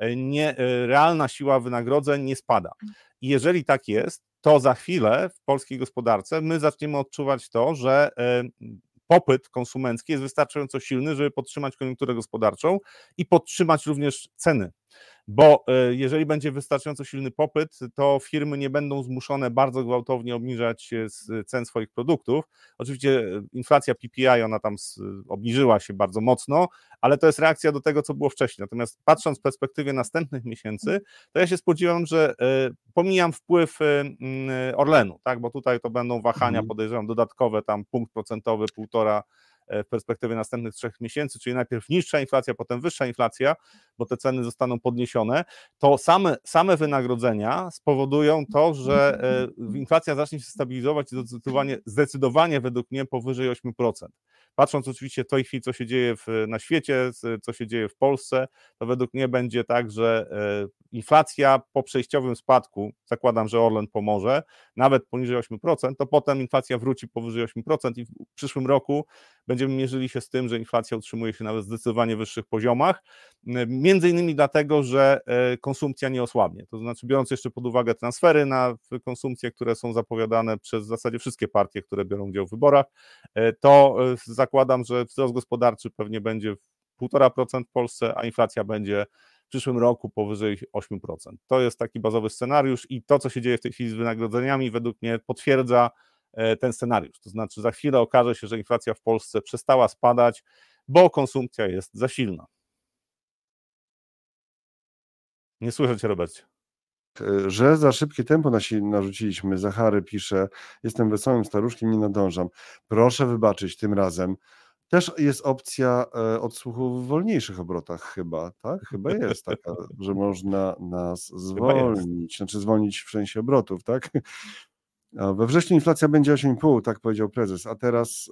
realna siła wynagrodzeń nie spada. I jeżeli tak jest, to za chwilę w polskiej gospodarce my zaczniemy odczuwać to, że popyt konsumencki jest wystarczająco silny, żeby podtrzymać koniunkturę gospodarczą i podtrzymać również ceny. Bo jeżeli będzie wystarczająco silny popyt, to firmy nie będą zmuszone bardzo gwałtownie obniżać cen swoich produktów. Oczywiście inflacja PPI, ona tam obniżyła się bardzo mocno, ale to jest reakcja do tego, co było wcześniej. Natomiast patrząc w perspektywie następnych miesięcy, to ja się spodziewam, że pomijam wpływ Orlenu, tak? Bo tutaj to będą wahania, podejrzewam, dodatkowe, tam punkt procentowy, 1,5 w perspektywie następnych 3 miesięcy, czyli najpierw niższa inflacja, potem wyższa inflacja, bo te ceny zostaną podniesione, to same wynagrodzenia spowodują to, że inflacja zacznie się stabilizować i zdecydowanie według mnie powyżej 8%. Patrząc oczywiście w tej chwili, co się dzieje na świecie, co się dzieje w Polsce, to według mnie będzie tak, że inflacja po przejściowym spadku, zakładam, że Orlen pomoże, nawet poniżej 8%, to potem inflacja wróci powyżej 8% i w przyszłym roku będziemy mierzyli się z tym, że inflacja utrzymuje się nawet w zdecydowanie wyższych poziomach, między innymi dlatego, że konsumpcja nie osłabnie. To znaczy, biorąc jeszcze pod uwagę transfery na konsumpcję, które są zapowiadane przez w zasadzie wszystkie partie, które biorą udział w wyborach, to zakładam, że wzrost gospodarczy pewnie będzie w 1,5% w Polsce, a inflacja będzie w przyszłym roku powyżej 8%. To jest taki bazowy scenariusz i to, co się dzieje w tej chwili z wynagrodzeniami, według mnie potwierdza ten scenariusz. To znaczy za chwilę okaże się, że inflacja w Polsce przestała spadać, bo konsumpcja jest za silna. Nie słyszę cię, Robercie. Że za szybkie tempo narzuciliśmy. Zachary pisze, jestem wesołym staruszkiem, nie nadążam. Proszę wybaczyć tym razem. Też jest opcja odsłuchu w wolniejszych obrotach chyba, tak? Chyba jest taka, że można nas zwolnić, znaczy zwolnić w sensie obrotów, tak? A we wrześniu inflacja będzie 8,5, tak powiedział prezes, a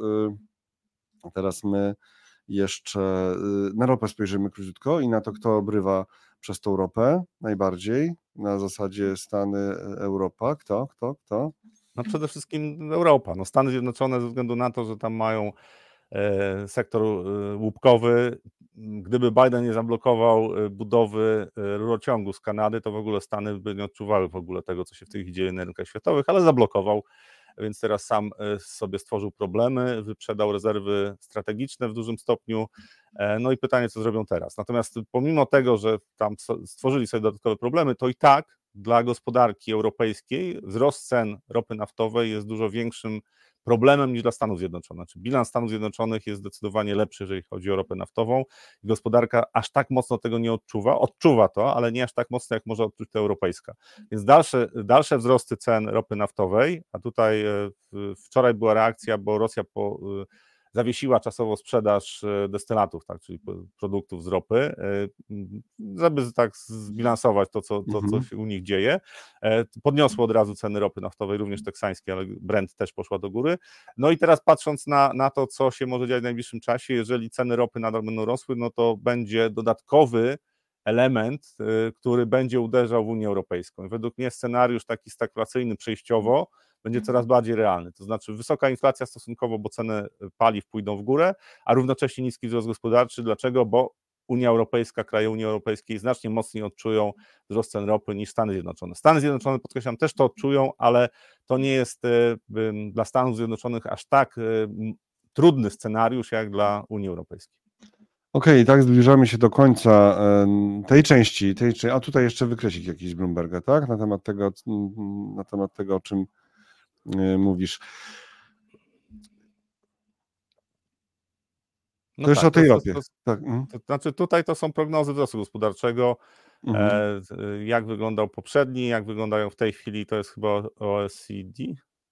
teraz my jeszcze na ropę spojrzymy króciutko i na to, kto obrywa przez tą ropę najbardziej, na zasadzie Stany, Europa, kto? No przede wszystkim Europa, no Stany Zjednoczone ze względu na to, że tam mają sektor łupkowy. Gdyby Biden nie zablokował budowy rurociągu z Kanady, to w ogóle Stany by nie odczuwały w ogóle tego, co się w tej chwili dzieje na rynkach światowych, ale zablokował, więc teraz sam sobie stworzył problemy, wyprzedał rezerwy strategiczne w dużym stopniu, no i pytanie, co zrobią teraz. Natomiast pomimo tego, że tam stworzyli sobie dodatkowe problemy, to i tak dla gospodarki europejskiej wzrost cen ropy naftowej jest dużo większym problemem niż dla Stanów Zjednoczonych. Znaczy, bilans Stanów Zjednoczonych jest zdecydowanie lepszy, jeżeli chodzi o ropę naftową. Gospodarka aż tak mocno tego nie odczuwa to, ale nie aż tak mocno, jak może odczuć ta europejska. Więc dalsze wzrosty cen ropy naftowej, a tutaj wczoraj była reakcja, bo Rosja zawiesiła czasowo sprzedaż destylatów, tak, czyli produktów z ropy, żeby tak zbilansować to, co się u nich dzieje. Podniosło od razu ceny ropy naftowej, również teksańskiej, ale Brent też poszła do góry. No i teraz patrząc na to, co się może dziać w najbliższym czasie, jeżeli ceny ropy nadal będą rosły, no to będzie dodatkowy element, który będzie uderzał w Unię Europejską. I według mnie scenariusz taki stagflacyjny przejściowo będzie coraz bardziej realny. To znaczy wysoka inflacja stosunkowo, bo ceny paliw pójdą w górę, a równocześnie niski wzrost gospodarczy. Dlaczego? Bo kraje Unii Europejskiej znacznie mocniej odczują wzrost cen ropy niż Stany Zjednoczone. Stany Zjednoczone, podkreślam, też to odczują, ale to nie jest dla Stanów Zjednoczonych aż tak trudny scenariusz jak dla Unii Europejskiej. Okej, tak zbliżamy się do końca tej części, a tutaj jeszcze wykresik jakiś z Bloomberga, tak? Na temat tego, o czym mówisz. No to jeszcze o tej ropie. Tak. To znaczy tutaj to są prognozy wzrostu gospodarczego, jak wyglądał poprzedni, jak wyglądają w tej chwili, to jest chyba OECD.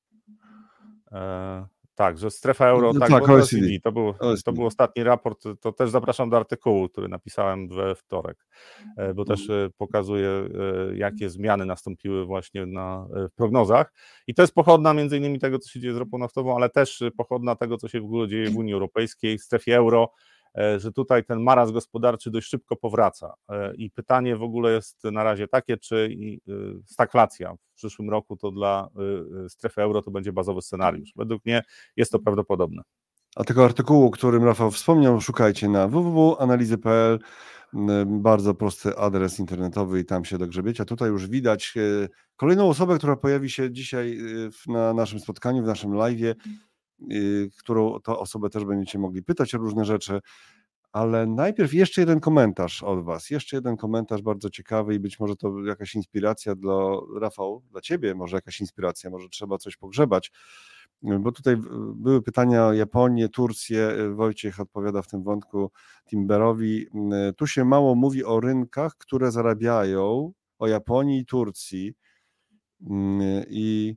Tak, że strefa euro, no tak, tak, bo OECD, to był ostatni raport, to też zapraszam do artykułu, który napisałem we wtorek, bo też pokazuje, jakie zmiany nastąpiły właśnie w prognozach i to jest pochodna między innymi tego, co się dzieje z ropą naftową, ale też pochodna tego, co się w ogóle dzieje w Unii Europejskiej, w strefie euro, że tutaj ten marazm gospodarczy dość szybko powraca i pytanie w ogóle jest na razie takie, czy stagflacja w przyszłym roku to dla strefy euro to będzie bazowy scenariusz. Według mnie jest to prawdopodobne. A tego artykułu, o którym Rafał wspomniał, szukajcie na www.analizy.pl, bardzo prosty adres internetowy i tam się dogrzebiecie. A tutaj już widać kolejną osobę, która pojawi się dzisiaj na naszym spotkaniu, w naszym live'ie, którą to osobę też będziecie mogli pytać o różne rzeczy, ale najpierw jeszcze jeden komentarz od was, bardzo ciekawy i być może to jakaś inspiracja Rafał, dla ciebie może jakaś inspiracja, może trzeba coś pogrzebać, bo tutaj były pytania o Japonię, Turcję, Wojciech odpowiada w tym wątku Timberowi, tu się mało mówi o rynkach, które zarabiają, o Japonii i Turcji i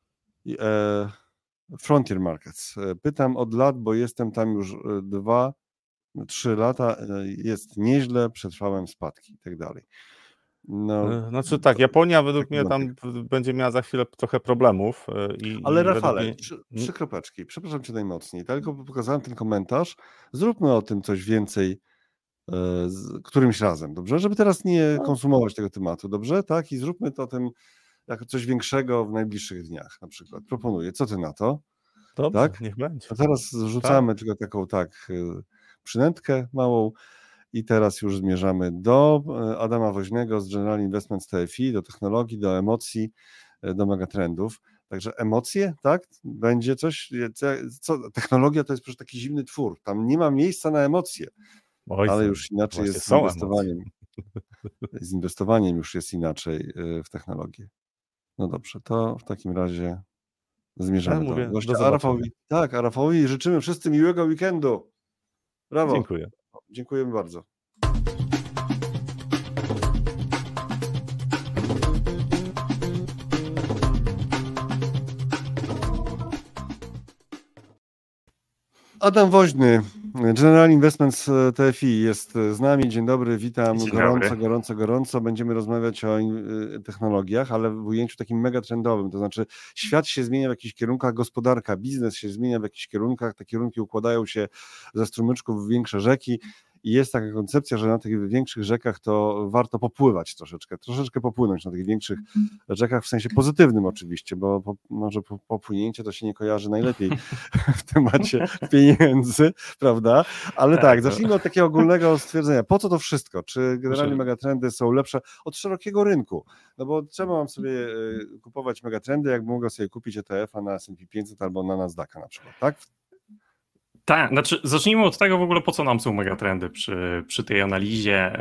Frontier Markets. Pytam od lat, bo jestem tam już 2-3 lata, jest nieźle, przetrwałem spadki i tak dalej. No, znaczy tak, Japonia według mnie tam będzie miała za chwilę trochę problemów. Ale Rafale, 3 kropeczki, przepraszam cię najmocniej, tylko pokazałem ten komentarz, zróbmy o tym coś więcej którymś razem, dobrze? Żeby teraz nie konsumować tego tematu, dobrze? Tak, i zróbmy to tym jako coś większego w najbliższych dniach na przykład. Proponuję, co ty na to? Dobrze, tak? Niech będzie. A teraz rzucamy tylko taką przynętkę małą i teraz już zmierzamy do Adama Woźnego z General Investments TFI, do technologii, do emocji, do megatrendów. Także emocje, tak? Będzie coś, technologia to jest przecież taki zimny twór, tam nie ma miejsca na emocje. Oj, ale już inaczej właśnie jest z są emocje. inwestowaniem. Z inwestowaniem już jest inaczej w technologię. No dobrze, to w takim razie Ja zmierzamy do mówię do gościa. zobaczenia. A Rafałowi życzymy wszyscy miłego weekendu. Brawo. Dziękuję. Dziękujemy bardzo. Adam Woźny, General Investments TFI jest z nami. Dzień dobry, witam. Dzień Gorąco, dobry. gorąco. Będziemy rozmawiać o technologiach, ale w ujęciu takim megatrendowym, to znaczy świat się zmienia w jakichś kierunkach, gospodarka, biznes się zmienia w jakichś kierunkach, te kierunki układają się ze strumyczków w większe rzeki i jest taka koncepcja, że na tych większych rzekach to warto popływać troszeczkę popłynąć na tych większych rzekach w sensie pozytywnym oczywiście, bo może popłynięcie to się nie kojarzy najlepiej w temacie pieniędzy, prawda? Ale tak, zacznijmy od takiego ogólnego stwierdzenia. Po co to wszystko? Czy generalnie megatrendy są lepsze od szerokiego rynku? No bo czemu mam sobie kupować megatrendy, jak mogę sobie kupić ETF-a na S&P 500 albo na Nasdaqa na przykład, tak? Tak, znaczy zacznijmy od tego w ogóle, po co nam są megatrendy przy tej analizie,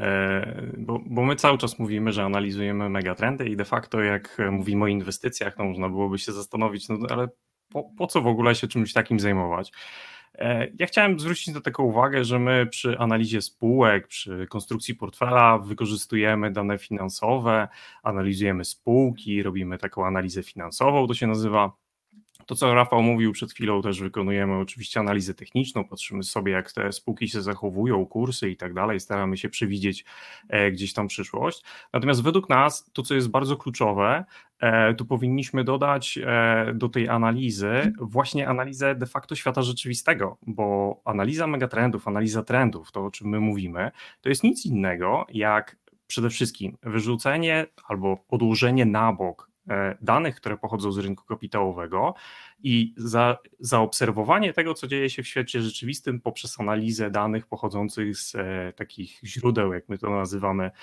bo my cały czas mówimy, że analizujemy megatrendy i de facto jak mówimy o inwestycjach, to można byłoby się zastanowić, no ale po co w ogóle się czymś takim zajmować? Ja chciałem zwrócić na taką uwagę, że my przy analizie spółek, przy konstrukcji portfela wykorzystujemy dane finansowe, analizujemy spółki, robimy taką analizę finansową, to się nazywa. To, co Rafał mówił przed chwilą, też wykonujemy oczywiście analizę techniczną, patrzymy sobie, jak te spółki się zachowują, kursy i tak dalej, staramy się przewidzieć gdzieś tam przyszłość. Natomiast według nas to, co jest bardzo kluczowe, tu powinniśmy dodać do tej analizy właśnie analizę de facto świata rzeczywistego, bo analiza megatrendów, analiza trendów, to o czym my mówimy, to jest nic innego jak przede wszystkim wyrzucenie albo odłożenie na bok danych, które pochodzą z rynku kapitałowego i zaobserwowanie tego, co dzieje się w świecie rzeczywistym poprzez analizę danych pochodzących z takich źródeł, jak my to nazywamy,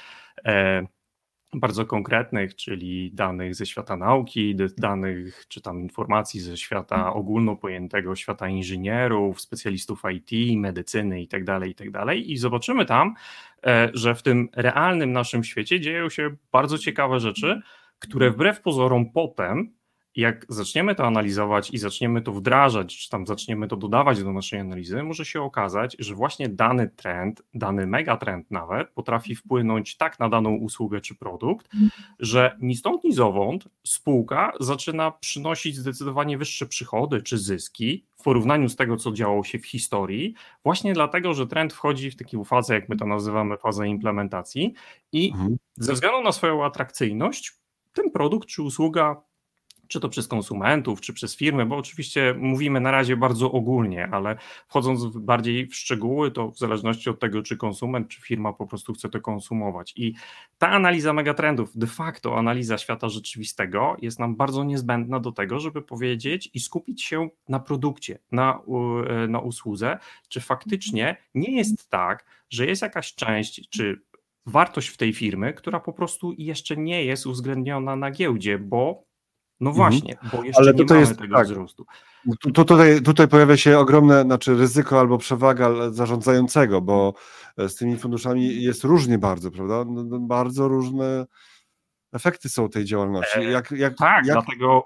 bardzo konkretnych, czyli danych ze świata nauki, danych czy tam informacji ze świata ogólnopojętego, świata inżynierów, specjalistów IT, medycyny itd. I zobaczymy tam, że w tym realnym naszym świecie dzieją się bardzo ciekawe rzeczy, które wbrew pozorom potem, jak zaczniemy to analizować i zaczniemy to wdrażać, czy tam zaczniemy to dodawać do naszej analizy, może się okazać, że właśnie dany trend, dany megatrend nawet potrafi wpłynąć tak na daną usługę czy produkt, że ni stąd ni zowąd spółka zaczyna przynosić zdecydowanie wyższe przychody czy zyski w porównaniu z tego, co działo się w historii, właśnie dlatego, że trend wchodzi w taką fazę, jak my to nazywamy, fazę implementacji i ze względu na swoją atrakcyjność ten produkt czy usługa, czy to przez konsumentów, czy przez firmy, bo oczywiście mówimy na razie bardzo ogólnie, ale wchodząc bardziej w szczegóły, to w zależności od tego, czy konsument, czy firma po prostu chce to konsumować. I ta analiza megatrendów, de facto analiza świata rzeczywistego jest nam bardzo niezbędna do tego, żeby powiedzieć i skupić się na produkcie, na usłudze, czy faktycznie nie jest tak, że jest jakaś część, czy wartość w tej firmy, która po prostu jeszcze nie jest uwzględniona na giełdzie, bo no właśnie, bo jeszcze ale nie mamy tego wzrostu. Tutaj pojawia się ogromne ryzyko albo przewaga zarządzającego, bo z tymi funduszami jest różnie bardzo, prawda? No, bardzo różne efekty są tej działalności. Dlatego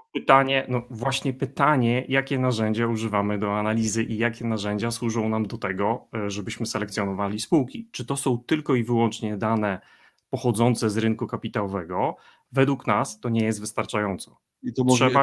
pytanie, jakie narzędzia używamy do analizy i jakie narzędzia służą nam do tego, żebyśmy selekcjonowali spółki. Czy to są tylko i wyłącznie dane pochodzące z rynku kapitałowego? Według nas to nie jest wystarczająco. I to mówi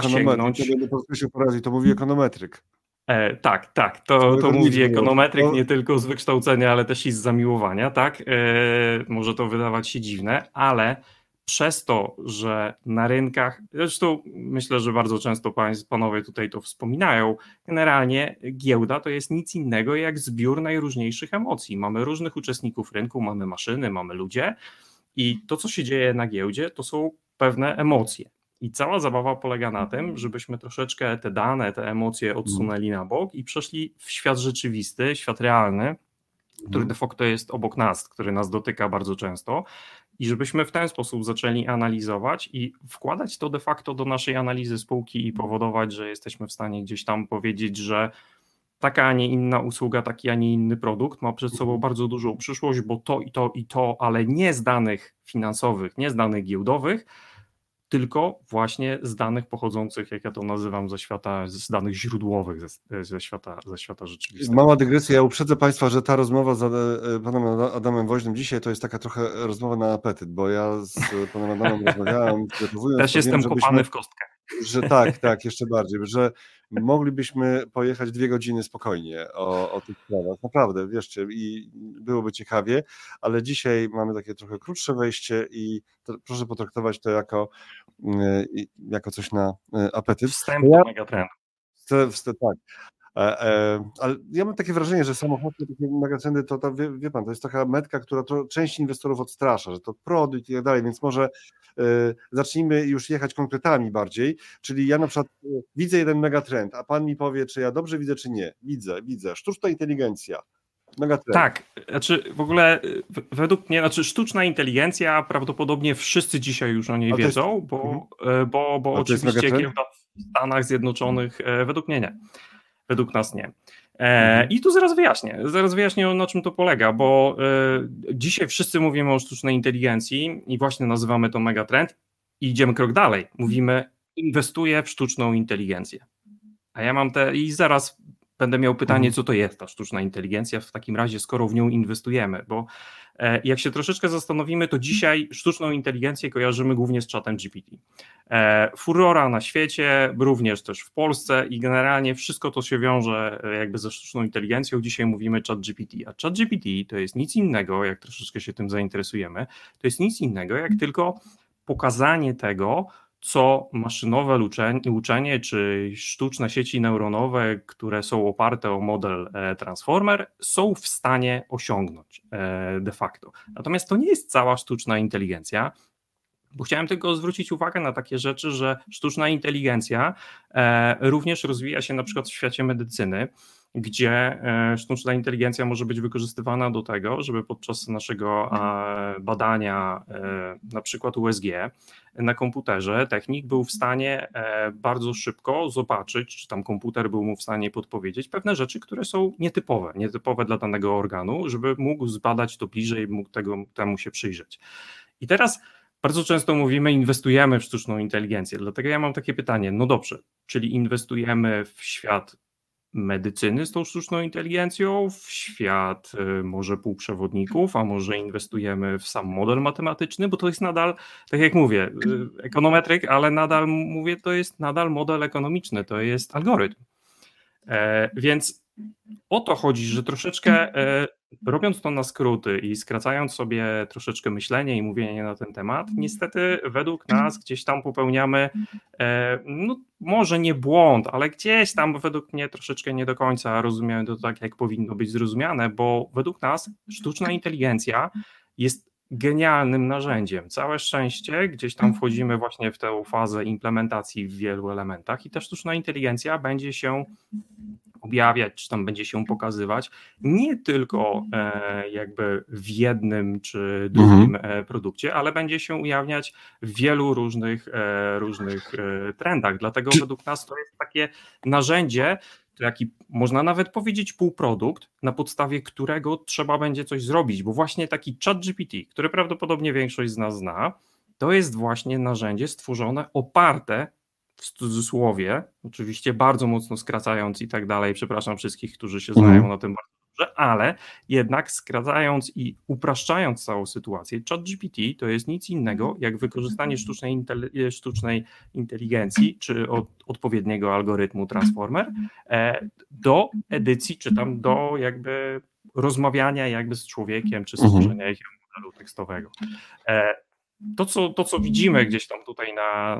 to mówi ekonometryk. Tak, to mówi ekonometryk nie tylko z wykształcenia, ale też i z zamiłowania, tak? Może to wydawać się dziwne, ale przez to, że na rynkach, zresztą myślę, że bardzo często panowie tutaj to wspominają, generalnie giełda to jest nic innego jak zbiór najróżniejszych emocji. Mamy różnych uczestników rynku, mamy maszyny, mamy ludzie i to, co się dzieje na giełdzie, to są pewne emocje. I cała zabawa polega na tym, żebyśmy troszeczkę te dane, te emocje odsunęli na bok i przeszli w świat rzeczywisty, świat realny, który de facto jest obok nas, który nas dotyka bardzo często i żebyśmy w ten sposób zaczęli analizować i wkładać to de facto do naszej analizy spółki i powodować, że jesteśmy w stanie gdzieś tam powiedzieć, że taka, a nie inna usługa, taki, a nie inny produkt ma przed sobą bardzo dużą przyszłość, bo to i to i to, ale nie z danych finansowych, nie z danych giełdowych, tylko właśnie z danych pochodzących, jak ja to nazywam, ze świata, z danych źródłowych, ze świata rzeczywistego. Mała dygresja, ja uprzedzę Państwa, że ta rozmowa z panem Adamem Woźnym dzisiaj to jest taka trochę rozmowa na apetyt, bo ja z panem Adamem rozmawiałem, przygotowując. Też jestem kopany w kostkę. Że tak, jeszcze bardziej, że moglibyśmy pojechać 2 godziny spokojnie o tych sprawach, naprawdę, wierzcie, i byłoby ciekawie, ale dzisiaj mamy takie trochę krótsze wejście i proszę potraktować to jako coś na apetyt. Wstęp do megatrendu. Tak. Ale ja mam takie wrażenie, że samochody, takie megatrendy, to wie pan, to jest taka metka, która część inwestorów odstrasza, że to produkt i tak dalej, więc może zacznijmy już jechać konkretami bardziej, czyli ja na przykład widzę jeden megatrend, a pan mi powie, czy ja dobrze widzę, czy nie. Widzę. Sztuczna inteligencja. Megatrend. Tak, znaczy w ogóle według mnie, sztuczna inteligencja, prawdopodobnie wszyscy dzisiaj już o niej wiedzą, bo oczywiście giełda w Stanach Zjednoczonych według mnie nie. Według nas nie. I tu zaraz wyjaśnię, na czym to polega, bo dzisiaj wszyscy mówimy o sztucznej inteligencji i właśnie nazywamy to megatrend i idziemy krok dalej. Mówimy, inwestuję w sztuczną inteligencję. A ja mam i zaraz będę miał pytanie, co to jest ta sztuczna inteligencja w takim razie, skoro w nią inwestujemy, bo jak się troszeczkę zastanowimy, to dzisiaj sztuczną inteligencję kojarzymy głównie z czatem GPT. Furora na świecie, również też w Polsce i generalnie wszystko to się wiąże jakby ze sztuczną inteligencją. Dzisiaj mówimy chat GPT, a chat GPT to jest nic innego, jak troszeczkę się tym zainteresujemy, to jest nic innego jak tylko pokazanie tego, co maszynowe uczenie czy sztuczne sieci neuronowe, które są oparte o model Transformer, są w stanie osiągnąć de facto. Natomiast to nie jest cała sztuczna inteligencja, bo chciałem tylko zwrócić uwagę na takie rzeczy, że sztuczna inteligencja również rozwija się na przykład w świecie medycyny, gdzie sztuczna inteligencja może być wykorzystywana do tego, żeby podczas naszego badania na przykład USG na komputerze technik był w stanie bardzo szybko zobaczyć, czy tam komputer był mu w stanie podpowiedzieć pewne rzeczy, które są nietypowe dla danego organu, żeby mógł zbadać to bliżej, mógł temu się przyjrzeć. I teraz bardzo często mówimy, inwestujemy w sztuczną inteligencję, dlatego ja mam takie pytanie, no dobrze, czyli inwestujemy w świat medycyny z tą sztuczną inteligencją, w świat może półprzewodników, a może inwestujemy w sam model matematyczny, bo to jest nadal, tak jak mówię, ekonometryk, ale nadal mówię, to jest nadal model ekonomiczny, to jest algorytm. Więc o to chodzi, że troszeczkę robiąc to na skróty i skracając sobie troszeczkę myślenie i mówienie na ten temat, niestety według nas gdzieś tam popełniamy, no może nie błąd, ale gdzieś tam według mnie troszeczkę nie do końca rozumiałem to tak, jak powinno być zrozumiane, bo według nas sztuczna inteligencja jest genialnym narzędziem. Całe szczęście, gdzieś tam wchodzimy właśnie w tę fazę implementacji w wielu elementach i ta sztuczna inteligencja będzie się objawiać, czy tam będzie się pokazywać nie tylko jakby w jednym czy drugim produkcie, ale będzie się ujawniać w wielu różnych trendach. Dlatego według nas to jest takie narzędzie, taki można nawet powiedzieć półprodukt, na podstawie którego trzeba będzie coś zrobić, bo właśnie taki ChatGPT, który prawdopodobnie większość z nas zna, to jest właśnie narzędzie stworzone, oparte w cudzysłowie, oczywiście bardzo mocno skracając i tak dalej, przepraszam wszystkich, którzy się znają na tym bardzo dobrze, ale jednak skracając i upraszczając całą sytuację, ChatGPT to jest nic innego jak wykorzystanie sztucznej inteligencji czy odpowiedniego algorytmu Transformer do edycji, czy tam do jakby rozmawiania jakby z człowiekiem, czy stworzenia jakiegoś modelu tekstowego. To, co widzimy gdzieś tam tutaj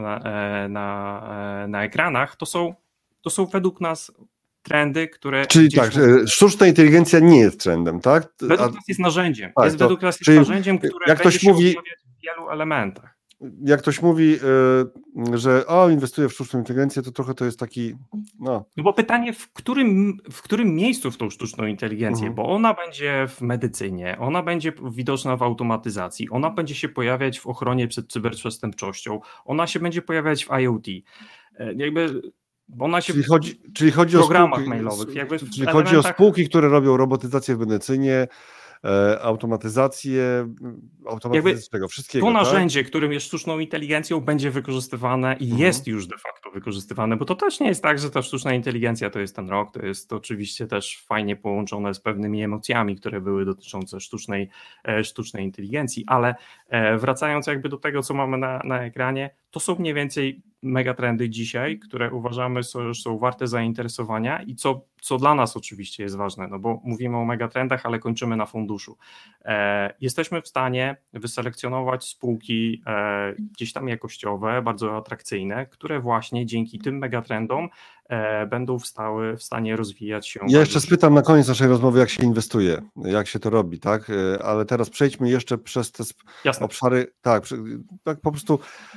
na ekranach, to są według nas trendy, które... Czyli tak, sztuczna inteligencja nie jest trendem, tak? Według nas jest narzędziem. Tak, według nas jest narzędziem, które jak będzie się objawiać w wielu elementach. Jak ktoś mówi, że inwestuje w sztuczną inteligencję, to trochę to jest taki... No bo pytanie, w którym miejscu w tą sztuczną inteligencję, bo ona będzie w medycynie, ona będzie widoczna w automatyzacji, ona będzie się pojawiać w ochronie przed cyberprzestępczością, ona się będzie pojawiać w IoT. Jakby Bo ona się czyli chodzi w o programach spółki, mailowych. Jakby w czyli chodzi o elementach... spółki, które robią robotyzację w medycynie, automatyzację czego? Wszystkiego, To tak? narzędzie, którym jest sztuczną inteligencją, będzie wykorzystywane i jest już de facto wykorzystywane, bo to też nie jest tak, że ta sztuczna inteligencja to jest ten rok, to jest oczywiście też fajnie połączone z pewnymi emocjami, które były dotyczące sztucznej inteligencji, ale wracając jakby do tego, co mamy na ekranie, to są mniej więcej megatrendy dzisiaj, które uważamy, że są warte zainteresowania i co dla nas oczywiście jest ważne, no bo mówimy o megatrendach, ale kończymy na funduszu. Jesteśmy w stanie wyselekcjonować spółki gdzieś tam jakościowe, bardzo atrakcyjne, które właśnie dzięki tym megatrendom będą w stanie rozwijać się. Ja jeszcze spytam na koniec naszej rozmowy, jak się inwestuje, jak się to robi, tak? Ale teraz przejdźmy jeszcze przez te obszary, tak po prostu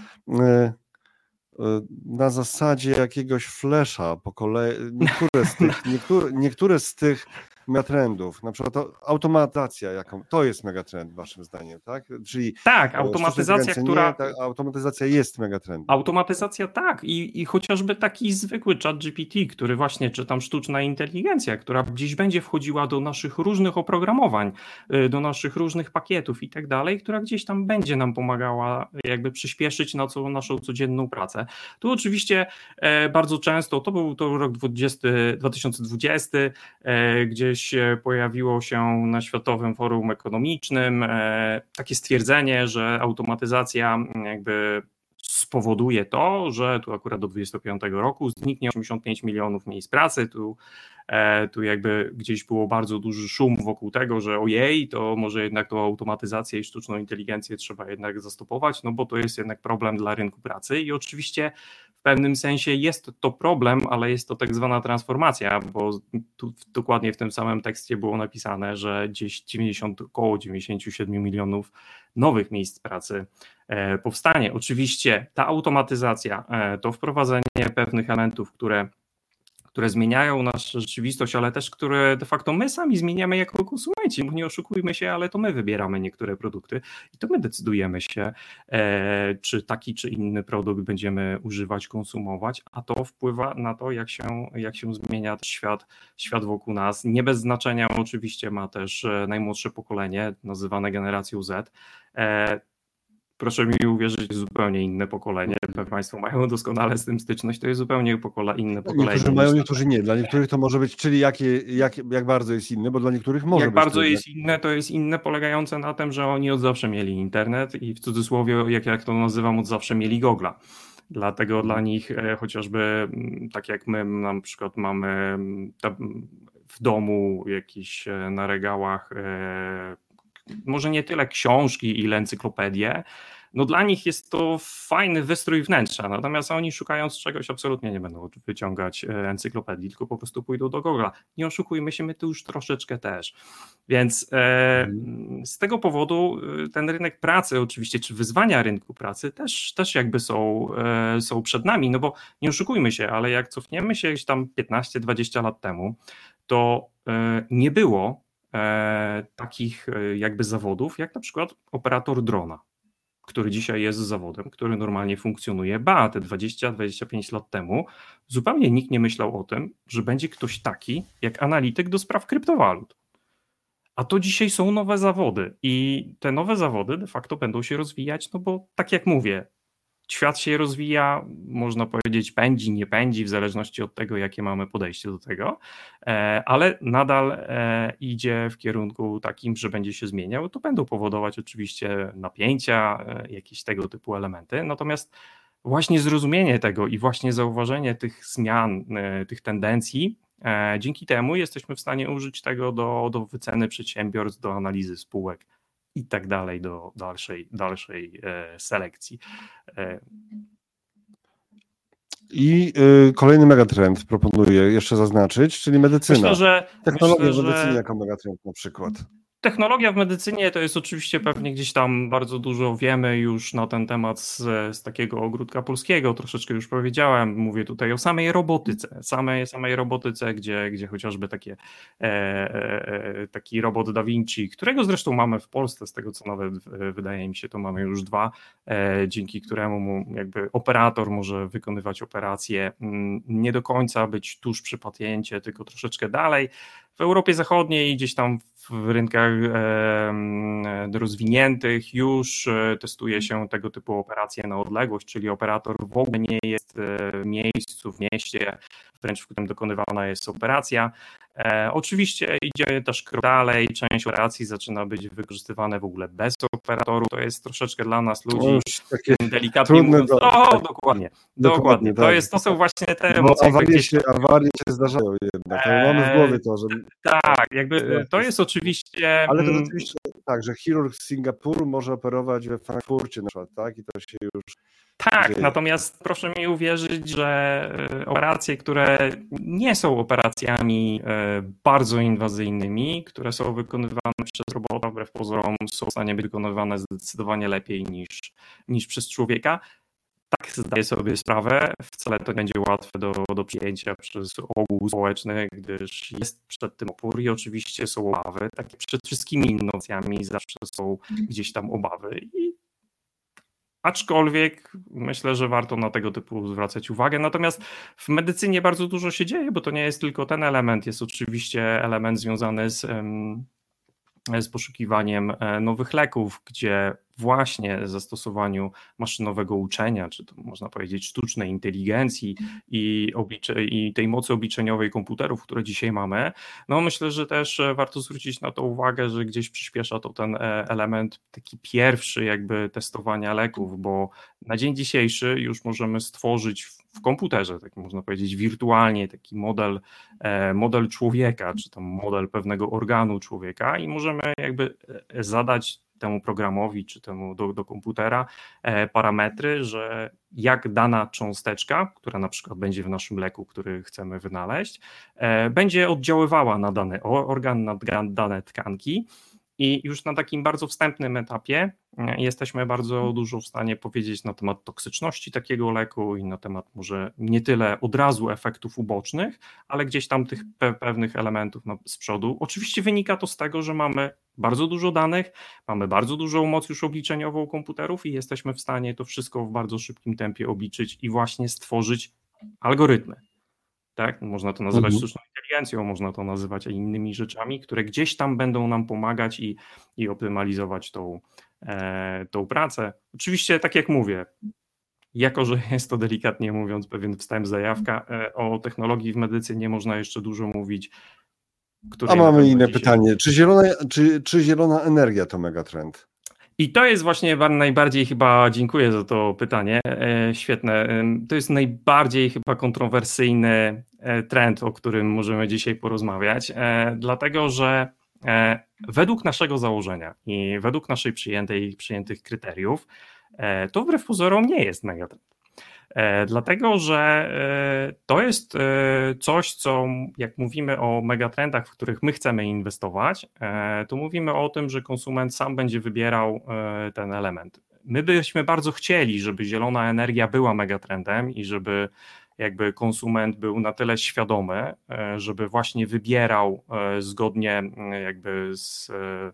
na zasadzie jakiegoś flesza po kolei, niektóre z tych megatrendów, na przykład automatyzacja, to jest megatrend waszym zdaniem, tak? Czyli tak, automatyzacja, automatyzacja jest megatrendem. Automatyzacja tak i chociażby taki zwykły ChatGPT, który właśnie, czy tam sztuczna inteligencja, która gdzieś będzie wchodziła do naszych różnych oprogramowań, do naszych różnych pakietów i tak dalej, która gdzieś tam będzie nam pomagała jakby przyspieszyć naszą codzienną pracę. Tu oczywiście bardzo często, to był rok 2020, gdzieś pojawiło się na Światowym Forum Ekonomicznym takie stwierdzenie, że automatyzacja jakby spowoduje to, że tu akurat do 2025 roku zniknie 85 milionów miejsc pracy, tu jakby gdzieś było bardzo duży szum wokół tego, że ojej, to może jednak tą automatyzację i sztuczną inteligencję trzeba jednak zastopować, no bo to jest jednak problem dla rynku pracy i oczywiście w pewnym sensie jest to problem, ale jest to tak zwana transformacja, bo tu dokładnie w tym samym tekście było napisane, że gdzieś około 97 milionów nowych miejsc pracy powstanie. Oczywiście ta automatyzacja, to wprowadzenie pewnych elementów, które zmieniają naszą rzeczywistość, ale też które de facto my sami zmieniamy jako konsumenci. Nie oszukujmy się, ale to my wybieramy niektóre produkty i to my decydujemy się, czy taki czy inny produkt będziemy używać, konsumować, a to wpływa na to, jak się zmienia świat wokół nas. Nie bez znaczenia oczywiście ma też najmłodsze pokolenie, nazywane generacją Z. Proszę mi uwierzyć, jest zupełnie inne pokolenie. Państwo mają doskonale z tym styczność, to jest zupełnie inne pokolenie. Niektórzy mają, niektórzy nie. Dla niektórych to może być, czyli jak bardzo jest inne, bo dla niektórych może być. Jak bardzo jest inne, to jest inne polegające na tym, że oni od zawsze mieli internet i w cudzysłowie, jak to nazywam, od zawsze mieli Google'a. Dlatego dla nich chociażby tak jak my na przykład mamy w domu jakieś na regałach może nie tyle książki, ile encyklopedie, no dla nich jest to fajny wystrój wnętrza, natomiast oni szukając czegoś absolutnie nie będą wyciągać encyklopedii, tylko po prostu pójdą do Google'a. Nie oszukujmy się, my tu już troszeczkę też. Więc z tego powodu ten rynek pracy oczywiście, czy wyzwania rynku pracy też jakby są przed nami, no bo nie oszukujmy się, ale jak cofniemy się gdzieś tam 15-20 lat temu, to nie było takich jakby zawodów, jak na przykład operator drona, który dzisiaj jest zawodem, który normalnie funkcjonuje. Te 20-25 lat temu zupełnie nikt nie myślał o tym, że będzie ktoś taki jak analityk do spraw kryptowalut. A to dzisiaj są nowe zawody i te nowe zawody de facto będą się rozwijać, no bo tak jak mówię, świat się rozwija, można powiedzieć pędzi, nie pędzi, w zależności od tego, jakie mamy podejście do tego, ale nadal idzie w kierunku takim, że będzie się zmieniał. To będą powodować oczywiście napięcia, jakieś tego typu elementy, natomiast właśnie zrozumienie tego i właśnie zauważenie tych zmian, tych tendencji, dzięki temu jesteśmy w stanie użyć tego do wyceny przedsiębiorstw, do analizy spółek i tak dalej, do dalszej selekcji. I kolejny megatrend proponuję jeszcze zaznaczyć, czyli medycyna. Myślę, że technologia w medycynie jako megatrend na przykład. Technologia w medycynie to jest oczywiście pewnie gdzieś tam bardzo dużo wiemy już na ten temat z takiego ogródka polskiego, troszeczkę już powiedziałem, mówię tutaj o samej robotyce, samej robotyce, gdzie chociażby taki robot Da Vinci, którego zresztą mamy w Polsce, z tego co nawet wydaje mi się, to mamy już 2, dzięki któremu jakby operator może wykonywać operacje, nie do końca być tuż przy pacjencie, tylko troszeczkę dalej. W Europie Zachodniej i gdzieś tam w rynkach rozwiniętych już testuje się tego typu operacje na odległość, czyli operator w ogóle nie jest w miejscu, w mieście, wręcz w którym dokonywana jest operacja. Oczywiście idzie też krok dalej, część operacji zaczyna być wykorzystywane w ogóle bez operatorów, to jest troszeczkę dla nas ludzi delikatnie mówiąc, dokładnie. To są właśnie te emocje. Awarie się zdarzają jednak, mamy w głowie to, że... Tak, jakby to jest oczywiście... Ale to oczywiście tak, że chirurg z Singapuru może operować we Frankfurcie na przykład, tak? I to się już... Tak, dzieje. natomiast proszę mi uwierzyć, że operacje, które nie są operacjami bardzo inwazyjnymi, które są wykonywane przez robota, wbrew pozorom są w stanie być wykonywane zdecydowanie lepiej niż przez człowieka. Tak, zdaję sobie sprawę, wcale to nie będzie łatwe do przyjęcia przez ogół społeczny, gdyż jest przed tym opór i oczywiście są obawy, takie przed wszystkimi innowacjami zawsze są gdzieś tam obawy. Aczkolwiek myślę, że warto na tego typu zwracać uwagę. Natomiast w medycynie bardzo dużo się dzieje, bo to nie jest tylko ten element, jest oczywiście element związany z poszukiwaniem nowych leków, gdzie właśnie zastosowaniu maszynowego uczenia, czy to można powiedzieć sztucznej inteligencji i tej mocy obliczeniowej komputerów, które dzisiaj mamy, no myślę, że też warto zwrócić na to uwagę, że gdzieś przyspiesza to ten element taki pierwszy jakby testowania leków, bo na dzień dzisiejszy już możemy stworzyć w komputerze, tak można powiedzieć wirtualnie, taki model człowieka, czy tam model pewnego organu człowieka i możemy jakby zadać temu programowi, czy temu do komputera parametry, że jak dana cząsteczka, która na przykład będzie w naszym leku, który chcemy wynaleźć, będzie oddziaływała na dany organ, na dane tkanki. I już na takim bardzo wstępnym etapie jesteśmy bardzo dużo w stanie powiedzieć na temat toksyczności takiego leku i na temat może nie tyle od razu efektów ubocznych, ale gdzieś tam tych pewnych elementów z przodu. Oczywiście wynika to z tego, że mamy bardzo dużo danych, mamy bardzo dużą moc już obliczeniową komputerów i jesteśmy w stanie to wszystko w bardzo szybkim tempie obliczyć i właśnie stworzyć algorytmy. Tak? Można to nazywać sztuczną inteligencją, można to nazywać innymi rzeczami, które gdzieś tam będą nam pomagać i optymalizować tą pracę. Oczywiście, tak jak mówię, jako że jest to delikatnie mówiąc pewien wstęp, zajawka, o technologii w medycynie można jeszcze dużo mówić. A mamy inne pytanie. Czy zielona energia to megatrend? I to jest właśnie najbardziej chyba, dziękuję za to pytanie, świetne, to jest najbardziej chyba kontrowersyjny trend, o którym możemy dzisiaj porozmawiać, dlatego że według naszego założenia i według naszych przyjętych kryteriów to wbrew pozorom nie jest megatrend. Dlatego, że to jest coś, co jak mówimy o megatrendach, w których my chcemy inwestować, to mówimy o tym, że konsument sam będzie wybierał ten element. My byśmy bardzo chcieli, żeby zielona energia była megatrendem i żeby jakby konsument był na tyle świadomy, żeby właśnie wybierał zgodnie jakby z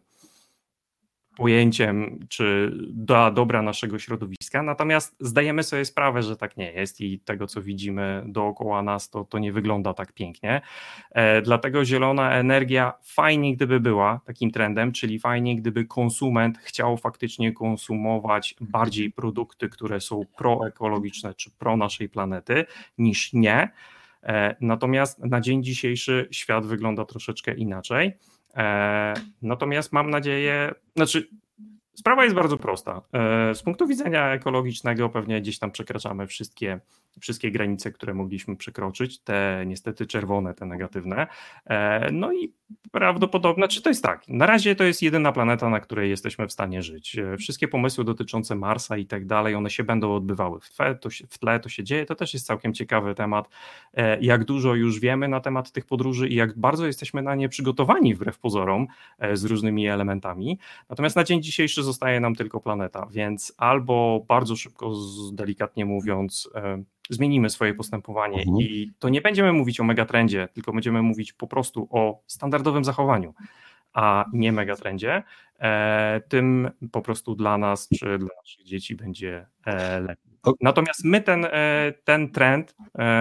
pojęciem, czy dla dobra naszego środowiska, natomiast zdajemy sobie sprawę, że tak nie jest i tego, co widzimy dookoła nas, to nie wygląda tak pięknie. Dlatego zielona energia fajnie, gdyby była takim trendem, czyli fajnie, gdyby konsument chciał faktycznie konsumować bardziej produkty, które są proekologiczne, czy pro naszej planety, niż nie. Natomiast na dzień dzisiejszy świat wygląda troszeczkę inaczej. Natomiast mam nadzieję, Sprawa jest bardzo prosta. Z punktu widzenia ekologicznego pewnie gdzieś tam przekraczamy wszystkie granice, które mogliśmy przekroczyć, te niestety czerwone, te negatywne. No i prawdopodobnie, czy to jest tak, na razie to jest jedyna planeta, na której jesteśmy w stanie żyć. Wszystkie pomysły dotyczące Marsa i tak dalej, one się będą odbywały w tle, to się dzieje, to też jest całkiem ciekawy temat, jak dużo już wiemy na temat tych podróży i jak bardzo jesteśmy na nie przygotowani wbrew pozorom z różnymi elementami. Natomiast na dzień dzisiejszy zostaje nam tylko planeta, więc albo bardzo szybko, delikatnie mówiąc, zmienimy swoje postępowanie i to nie będziemy mówić o megatrendzie, tylko będziemy mówić po prostu o standardowym zachowaniu, a nie megatrendzie, tym po prostu dla nas czy dla naszych dzieci będzie lepiej. Natomiast my ten trend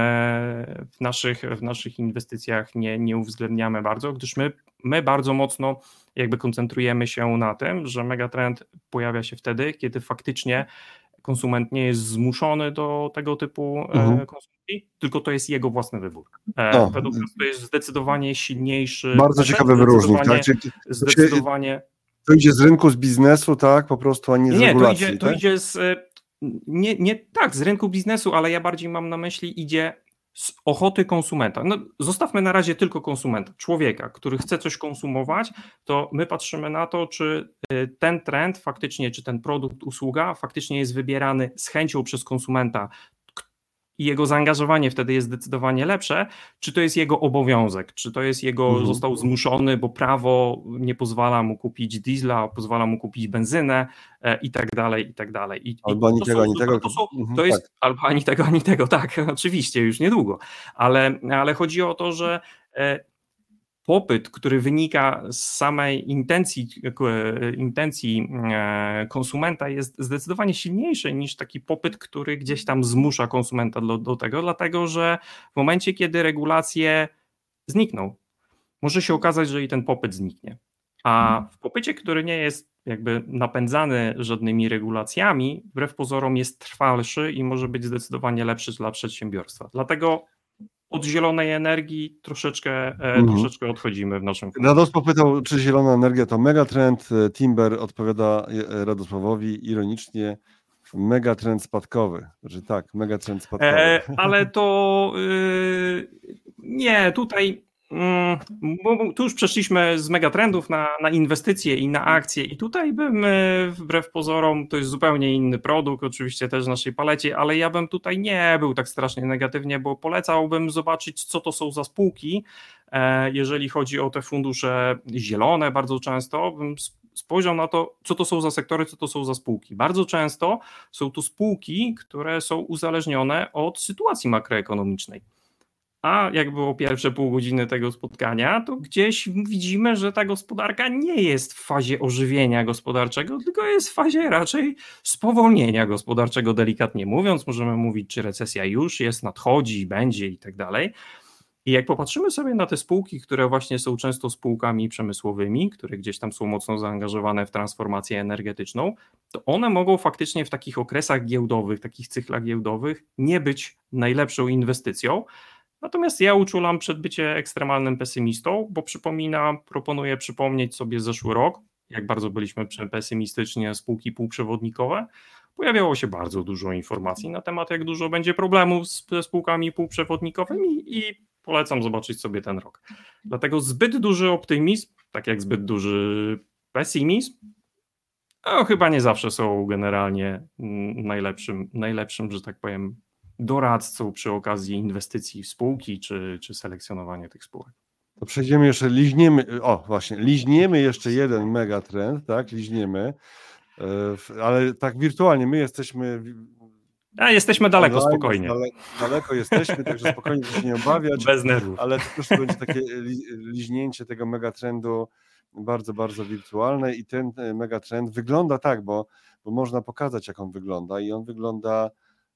w naszych inwestycjach nie uwzględniamy bardzo, gdyż my bardzo mocno jakby koncentrujemy się na tym, że megatrend pojawia się wtedy, kiedy faktycznie konsument nie jest zmuszony do tego typu konsumpcji, tylko to jest jego własny wybór. Według nas to jest zdecydowanie silniejszy. Bardzo ciekawy wyróżnik, tak? Zdecydowanie. To idzie z rynku, z biznesu, tak? Po prostu, a nie z regulacji. To idzie z. Nie tak, z rynku biznesu, ale ja bardziej mam na myśli, idzie z ochoty konsumenta. No, zostawmy na razie tylko konsumenta, człowieka, który chce coś konsumować, to my patrzymy na to, czy ten trend faktycznie, czy ten produkt, usługa faktycznie jest wybierany z chęcią przez konsumenta i jego zaangażowanie wtedy jest zdecydowanie lepsze, czy to jest jego obowiązek, czy to jest został zmuszony, bo prawo nie pozwala mu kupić diesla, pozwala mu kupić benzynę i tak dalej, i tak dalej. Albo ani tego, ani tego. To jest albo ani tego, ani tego, tak, oczywiście, już niedługo, ale chodzi o to, że popyt, który wynika z samej intencji konsumenta, jest zdecydowanie silniejszy niż taki popyt, który gdzieś tam zmusza konsumenta do tego, dlatego że w momencie, kiedy regulacje znikną, może się okazać, że i ten popyt zniknie. A w popycie, który nie jest jakby napędzany żadnymi regulacjami, wbrew pozorom jest trwalszy i może być zdecydowanie lepszy dla przedsiębiorstwa. Dlatego od zielonej energii troszeczkę odchodzimy w naszym kraju. Rados popytał, czy zielona energia to megatrend. Timber odpowiada Radosławowi ironicznie, megatrend spadkowy. Znaczy tak, megatrend spadkowy. Ale to nie, tutaj bo tu już przeszliśmy z megatrendów na inwestycje i na akcje i tutaj bym wbrew pozorom, to jest zupełnie inny produkt, oczywiście też w naszej palecie, ale ja bym tutaj nie był tak strasznie negatywnie, bo polecałbym zobaczyć, co to są za spółki, jeżeli chodzi o te fundusze zielone bardzo często, bym spojrzał na to, co to są za sektory, co to są za spółki. Bardzo często są to spółki, które są uzależnione od sytuacji makroekonomicznej. A jak było pierwsze pół godziny tego spotkania, to gdzieś widzimy, że ta gospodarka nie jest w fazie ożywienia gospodarczego, tylko jest w fazie raczej spowolnienia gospodarczego, delikatnie mówiąc. Możemy mówić, czy recesja już jest, nadchodzi, będzie i tak dalej. I jak popatrzymy sobie na te spółki, które właśnie są często spółkami przemysłowymi, które gdzieś tam są mocno zaangażowane w transformację energetyczną, to one mogą faktycznie w takich okresach giełdowych, takich cyklach giełdowych nie być najlepszą inwestycją. Natomiast ja uczulam przed byciem ekstremalnym pesymistą, bo proponuję przypomnieć sobie zeszły rok, jak bardzo byliśmy pesymistyczni na spółki półprzewodnikowe. Pojawiało się bardzo dużo informacji na temat, jak dużo będzie problemów ze spółkami półprzewodnikowymi i polecam zobaczyć sobie ten rok. Dlatego zbyt duży optymizm, tak jak zbyt duży pesymizm, chyba nie zawsze są generalnie najlepszym, że tak powiem, doradcą przy okazji inwestycji w spółki czy selekcjonowania tych spółek. To przejdziemy jeszcze, liźniemy jeszcze jeden megatrend, tak, liźniemy, ale tak wirtualnie, my jesteśmy... Jesteśmy daleko, online, spokojnie. Daleko jesteśmy, także spokojnie się nie obawiać. Bez nerwów. Ale to też będzie takie liźnięcie tego megatrendu bardzo, bardzo wirtualne i ten megatrend wygląda tak, bo można pokazać, jak on wygląda i on wygląda...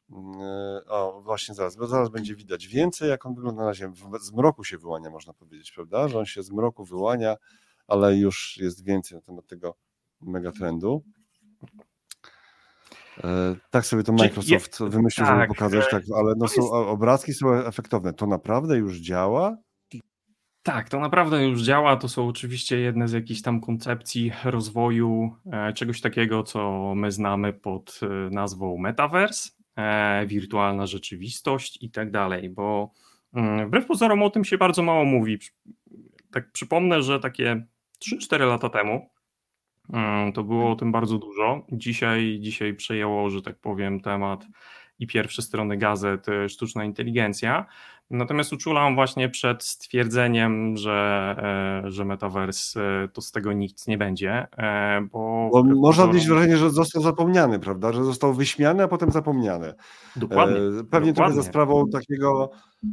właśnie zaraz będzie widać więcej, jak on wygląda na razie. Z mroku się wyłania, można powiedzieć, prawda? Że on się z mroku wyłania, ale już jest więcej na temat tego megatrendu. Tak sobie to Microsoft wymyślił, żeby pokazać, tak, ale obrazki są efektowne. To naprawdę już działa? Tak, to naprawdę już działa. To są oczywiście jedne z jakichś tam koncepcji rozwoju czegoś takiego, co my znamy pod nazwą Metaverse, wirtualna rzeczywistość i tak dalej, bo wbrew pozorom o tym się bardzo mało mówi. Tak przypomnę, że takie 3-4 lata temu to było o tym bardzo dużo. Dzisiaj przejęło, że tak powiem, temat i pierwsze strony gazet sztuczna inteligencja. Natomiast uczulam właśnie przed stwierdzeniem, że Metaverse to z tego nic nie będzie, bo można odnieść wrażenie, że został zapomniany, prawda? Że został wyśmiany, a potem zapomniany. Dokładnie. Pewnie trochę za sprawą takiego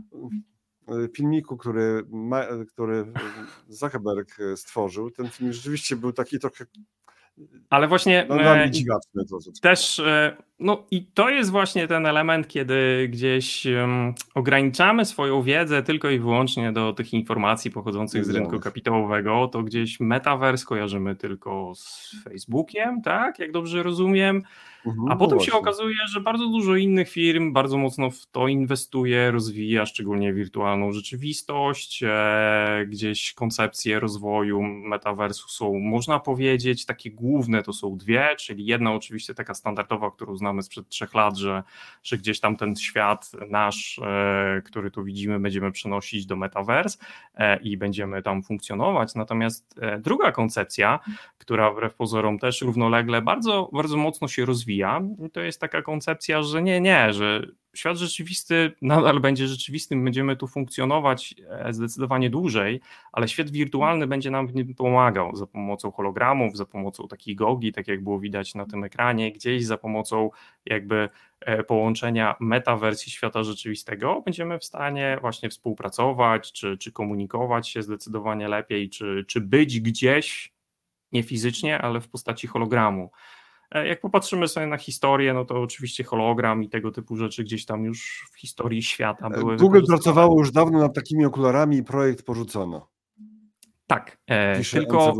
filmiku, który Zuckerberg stworzył. Ten film rzeczywiście był taki trochę... Ale właśnie dziwaczny też, no i to jest właśnie ten element, kiedy gdzieś ograniczamy swoją wiedzę tylko i wyłącznie do tych informacji pochodzących z rynku kapitałowego, to gdzieś Metaverse kojarzymy tylko z Facebookiem, tak, jak dobrze rozumiem, a potem się okazuje, że bardzo dużo innych firm bardzo mocno w to inwestuje, rozwija szczególnie wirtualną rzeczywistość, gdzieś koncepcje rozwoju Metaversu są, można powiedzieć, takie główne to są dwie, czyli jedna oczywiście taka standardowa, którą znamy sprzed 3 lat, że gdzieś tam ten świat nasz, który tu widzimy, będziemy przenosić do Metaverse i będziemy tam funkcjonować, natomiast druga koncepcja, która wbrew pozorom też równolegle bardzo, bardzo mocno się rozwija, to jest taka koncepcja, że że świat rzeczywisty nadal będzie rzeczywistym, będziemy tu funkcjonować zdecydowanie dłużej, ale świat wirtualny będzie nam w nim pomagał za pomocą hologramów, za pomocą takich gogli, tak jak było widać na tym ekranie, gdzieś za pomocą jakby połączenia metawersji świata rzeczywistego będziemy w stanie właśnie współpracować, czy komunikować się zdecydowanie lepiej, czy być gdzieś, nie fizycznie, ale w postaci hologramu. Jak popatrzymy sobie na historię, no to oczywiście hologram i tego typu rzeczy gdzieś tam już w historii świata były. Google pracowało już dawno nad takimi okularami i projekt porzucono. Tak, tylko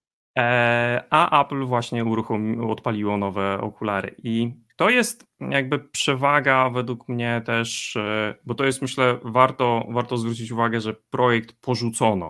a Apple właśnie odpaliło nowe okulary i to jest jakby przewaga według mnie też, bo to jest, myślę, warto zwrócić uwagę, że projekt porzucono.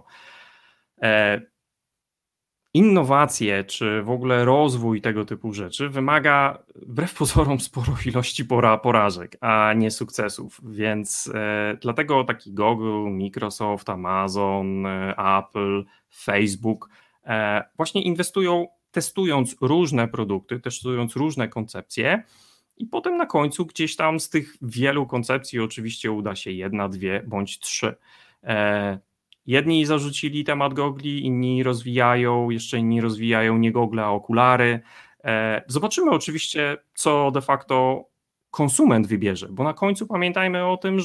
Innowacje, czy w ogóle rozwój tego typu rzeczy wymaga wbrew pozorom sporo ilości porażek, a nie sukcesów, więc dlatego taki Google, Microsoft, Amazon, Apple, Facebook właśnie inwestują, testując różne produkty, testując różne koncepcje i potem na końcu gdzieś tam z tych wielu koncepcji oczywiście uda się 1, 2 bądź 3. Jedni zarzucili temat gogli, inni rozwijają, jeszcze inni rozwijają nie gogle, a okulary. Zobaczymy oczywiście, co de facto konsument wybierze, bo na końcu pamiętajmy o tym,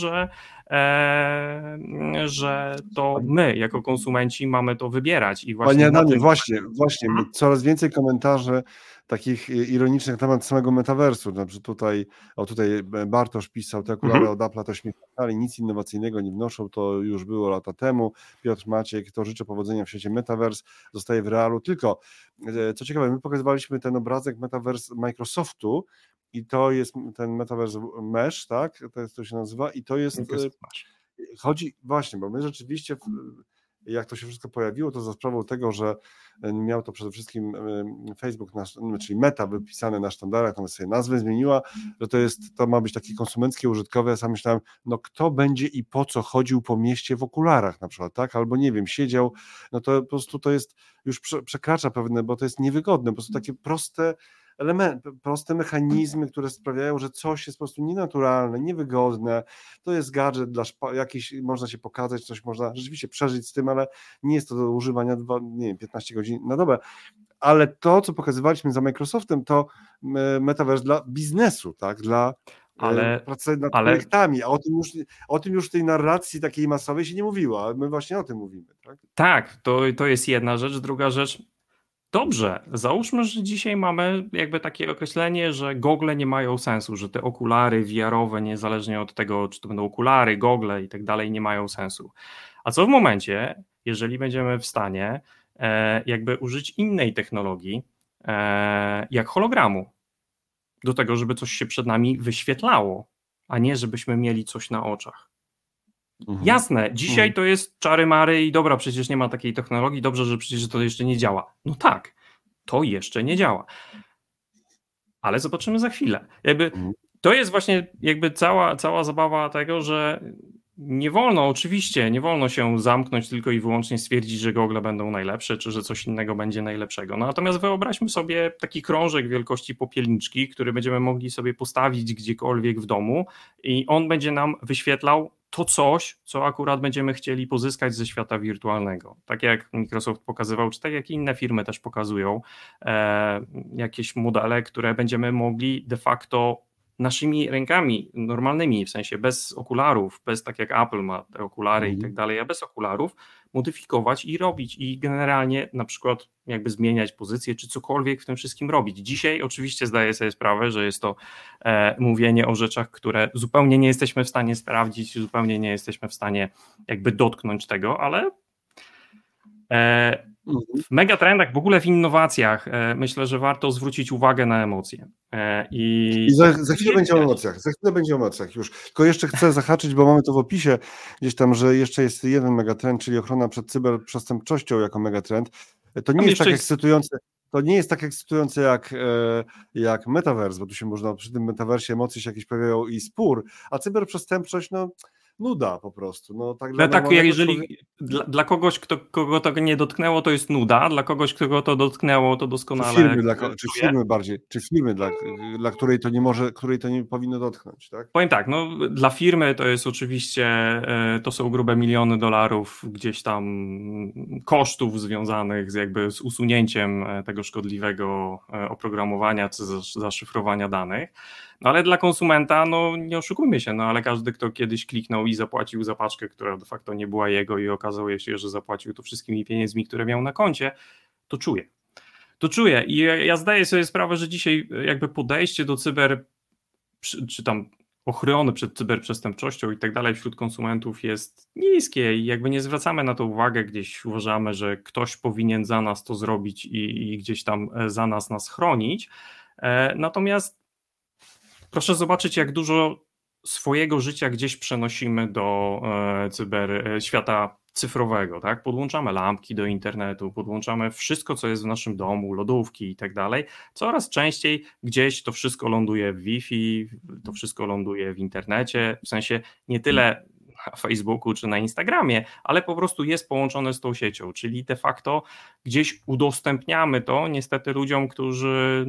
że to my jako konsumenci mamy to wybierać. I właśnie Panie Adamie, właśnie, coraz więcej komentarzy takich ironicznych na temat samego metaversu. Znaczy tutaj Bartosz pisał, te okulary od Apple'a to śmieszali, nic innowacyjnego nie wnoszą, to już było lata temu. Piotr Maciek, to życzę powodzenia w świecie metaverse, zostaje w realu. Tylko, co ciekawe, my pokazywaliśmy ten obrazek metaverse Microsoftu i to jest ten metaverse Mesh, tak? To się nazywa i to jest... Chodzi właśnie, bo my rzeczywiście... Jak to się wszystko pojawiło, to za sprawą tego, że miał to przede wszystkim Facebook, czyli Meta wypisane na sztandarach, tam sobie nazwę zmieniła, że to ma być takie konsumenckie, użytkowe. Ja sam myślałem, no kto będzie i po co chodził po mieście w okularach na przykład, tak? Albo nie wiem, siedział, no to po prostu to jest, już przekracza pewne, bo to jest niewygodne, po prostu takie proste mechanizmy, które sprawiają, że coś jest po prostu nienaturalne, niewygodne. To jest gadżet jakiś, można się pokazać, coś można rzeczywiście przeżyć z tym, ale nie jest to do używania 15 godzin na dobę. Ale to, co pokazywaliśmy za Microsoftem, to metaverse dla biznesu, tak? Dla pracy nad projektami, a o tym już w tej narracji takiej masowej się nie mówiło, a my właśnie o tym mówimy. Tak, to jest jedna rzecz. Druga rzecz, dobrze, załóżmy, że dzisiaj mamy jakby takie określenie, że gogle nie mają sensu, że te okulary VR-owe, niezależnie od tego, czy to będą okulary, gogle i tak dalej, nie mają sensu. A co w momencie, jeżeli będziemy w stanie jakby użyć innej technologii, jak hologramu, do tego, żeby coś się przed nami wyświetlało, a nie żebyśmy mieli coś na oczach? Jasne, dzisiaj to jest czary-mary i dobra, przecież nie ma takiej technologii, dobrze, że przecież to jeszcze nie działa. No tak, to jeszcze nie działa. Ale zobaczymy za chwilę. To jest właśnie cała zabawa tego, że nie wolno się zamknąć tylko i wyłącznie stwierdzić, że gogle będą najlepsze, czy że coś innego będzie najlepszego. No, natomiast wyobraźmy sobie taki krążek wielkości popielniczki, który będziemy mogli sobie postawić gdziekolwiek w domu i on będzie nam wyświetlał to coś, co akurat będziemy chcieli pozyskać ze świata wirtualnego. Tak jak Microsoft pokazywał, czy tak jak inne firmy też pokazują, jakieś modele, które będziemy mogli de facto naszymi rękami normalnymi, w sensie bez okularów, bez tak jak Apple ma te okulary i tak dalej, a bez okularów modyfikować i robić i generalnie na przykład jakby zmieniać pozycję, czy cokolwiek w tym wszystkim robić. Dzisiaj oczywiście zdaję sobie sprawę, że jest to mówienie o rzeczach, które zupełnie nie jesteśmy w stanie sprawdzić, zupełnie nie jesteśmy w stanie jakby dotknąć tego, ale w megatrendach, w ogóle w innowacjach myślę, że warto zwrócić uwagę na emocje. I za chwilę będzie o emocjach. Za chwilę będzie o emocjach już. Tylko jeszcze chcę zahaczyć, bo mamy to w opisie gdzieś tam, że jeszcze jest jeden megatrend, czyli ochrona przed cyberprzestępczością jako megatrend. To nie jest tak ekscytujące. To nie jest tak ekscytujące jak metaverse, bo tu się można przy tym metaversie emocje się jakieś pojawiają i spór, a cyberprzestępczość, nuda po prostu. Dla kogoś, kogo to nie dotknęło, to jest nuda, dla kogoś, kogo to dotknęło, to doskonale. Czy firmy, dla której to nie powinno dotknąć, tak? Powiem tak, dla firmy to jest oczywiście, to są grube miliony dolarów gdzieś tam kosztów związanych z usunięciem tego szkodliwego oprogramowania czy zaszyfrowania danych. Ale dla konsumenta, nie oszukujmy się, ale każdy, kto kiedyś kliknął i zapłacił za paczkę, która de facto nie była jego i okazało się, że zapłacił to wszystkimi pieniędzmi, które miał na koncie, to czuje. I ja zdaję sobie sprawę, że dzisiaj jakby podejście do czy tam ochrony przed cyberprzestępczością i tak dalej wśród konsumentów jest niskie i jakby nie zwracamy na to uwagę, gdzieś uważamy, że ktoś powinien za nas to zrobić i gdzieś tam za nas chronić. Natomiast proszę zobaczyć, jak dużo swojego życia gdzieś przenosimy do świata cyfrowego, tak? Podłączamy lampki do internetu, podłączamy wszystko, co jest w naszym domu, lodówki i tak dalej. Coraz częściej gdzieś to wszystko ląduje w Wi-Fi, to wszystko ląduje w internecie, w sensie nie tyle na Facebooku czy na Instagramie, ale po prostu jest połączone z tą siecią, czyli de facto gdzieś udostępniamy to niestety ludziom, którzy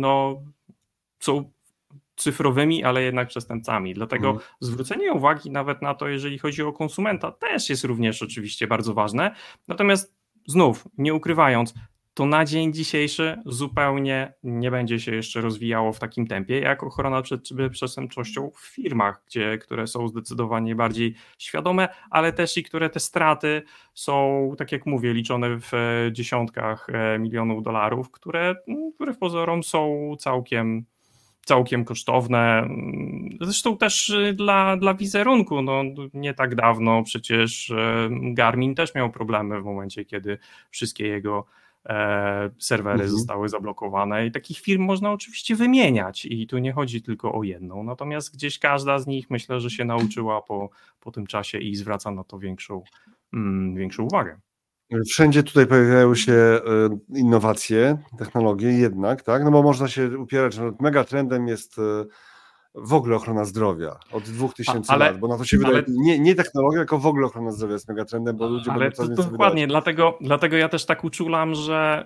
są cyfrowymi, ale jednak przestępcami. Dlatego zwrócenie uwagi nawet na to, jeżeli chodzi o konsumenta, też jest również oczywiście bardzo ważne. Natomiast znów, nie ukrywając, to na dzień dzisiejszy zupełnie nie będzie się jeszcze rozwijało w takim tempie, jak ochrona przed cyberprzestępczością w firmach, które są zdecydowanie bardziej świadome, ale też i które te straty są, tak jak mówię, liczone w dziesiątkach milionów dolarów, które wbrew pozorom są całkiem kosztowne. Zresztą też dla wizerunku. Nie tak dawno przecież Garmin też miał problemy w momencie, kiedy wszystkie jego serwery zostały zablokowane i takich firm można oczywiście wymieniać i tu nie chodzi tylko o jedną, natomiast gdzieś każda z nich myślę, że się nauczyła po tym czasie i zwraca na to większą uwagę. Wszędzie tutaj pojawiają się innowacje, technologie jednak, tak? Bo można się upierać, że megatrendem jest w ogóle ochrona zdrowia od 2000 lat, bo na to się wydaje, nie technologia, tylko w ogóle ochrona zdrowia jest megatrendem, bo ludzie będą coraz więcej dokładnie, dlatego ja też tak uczulam, że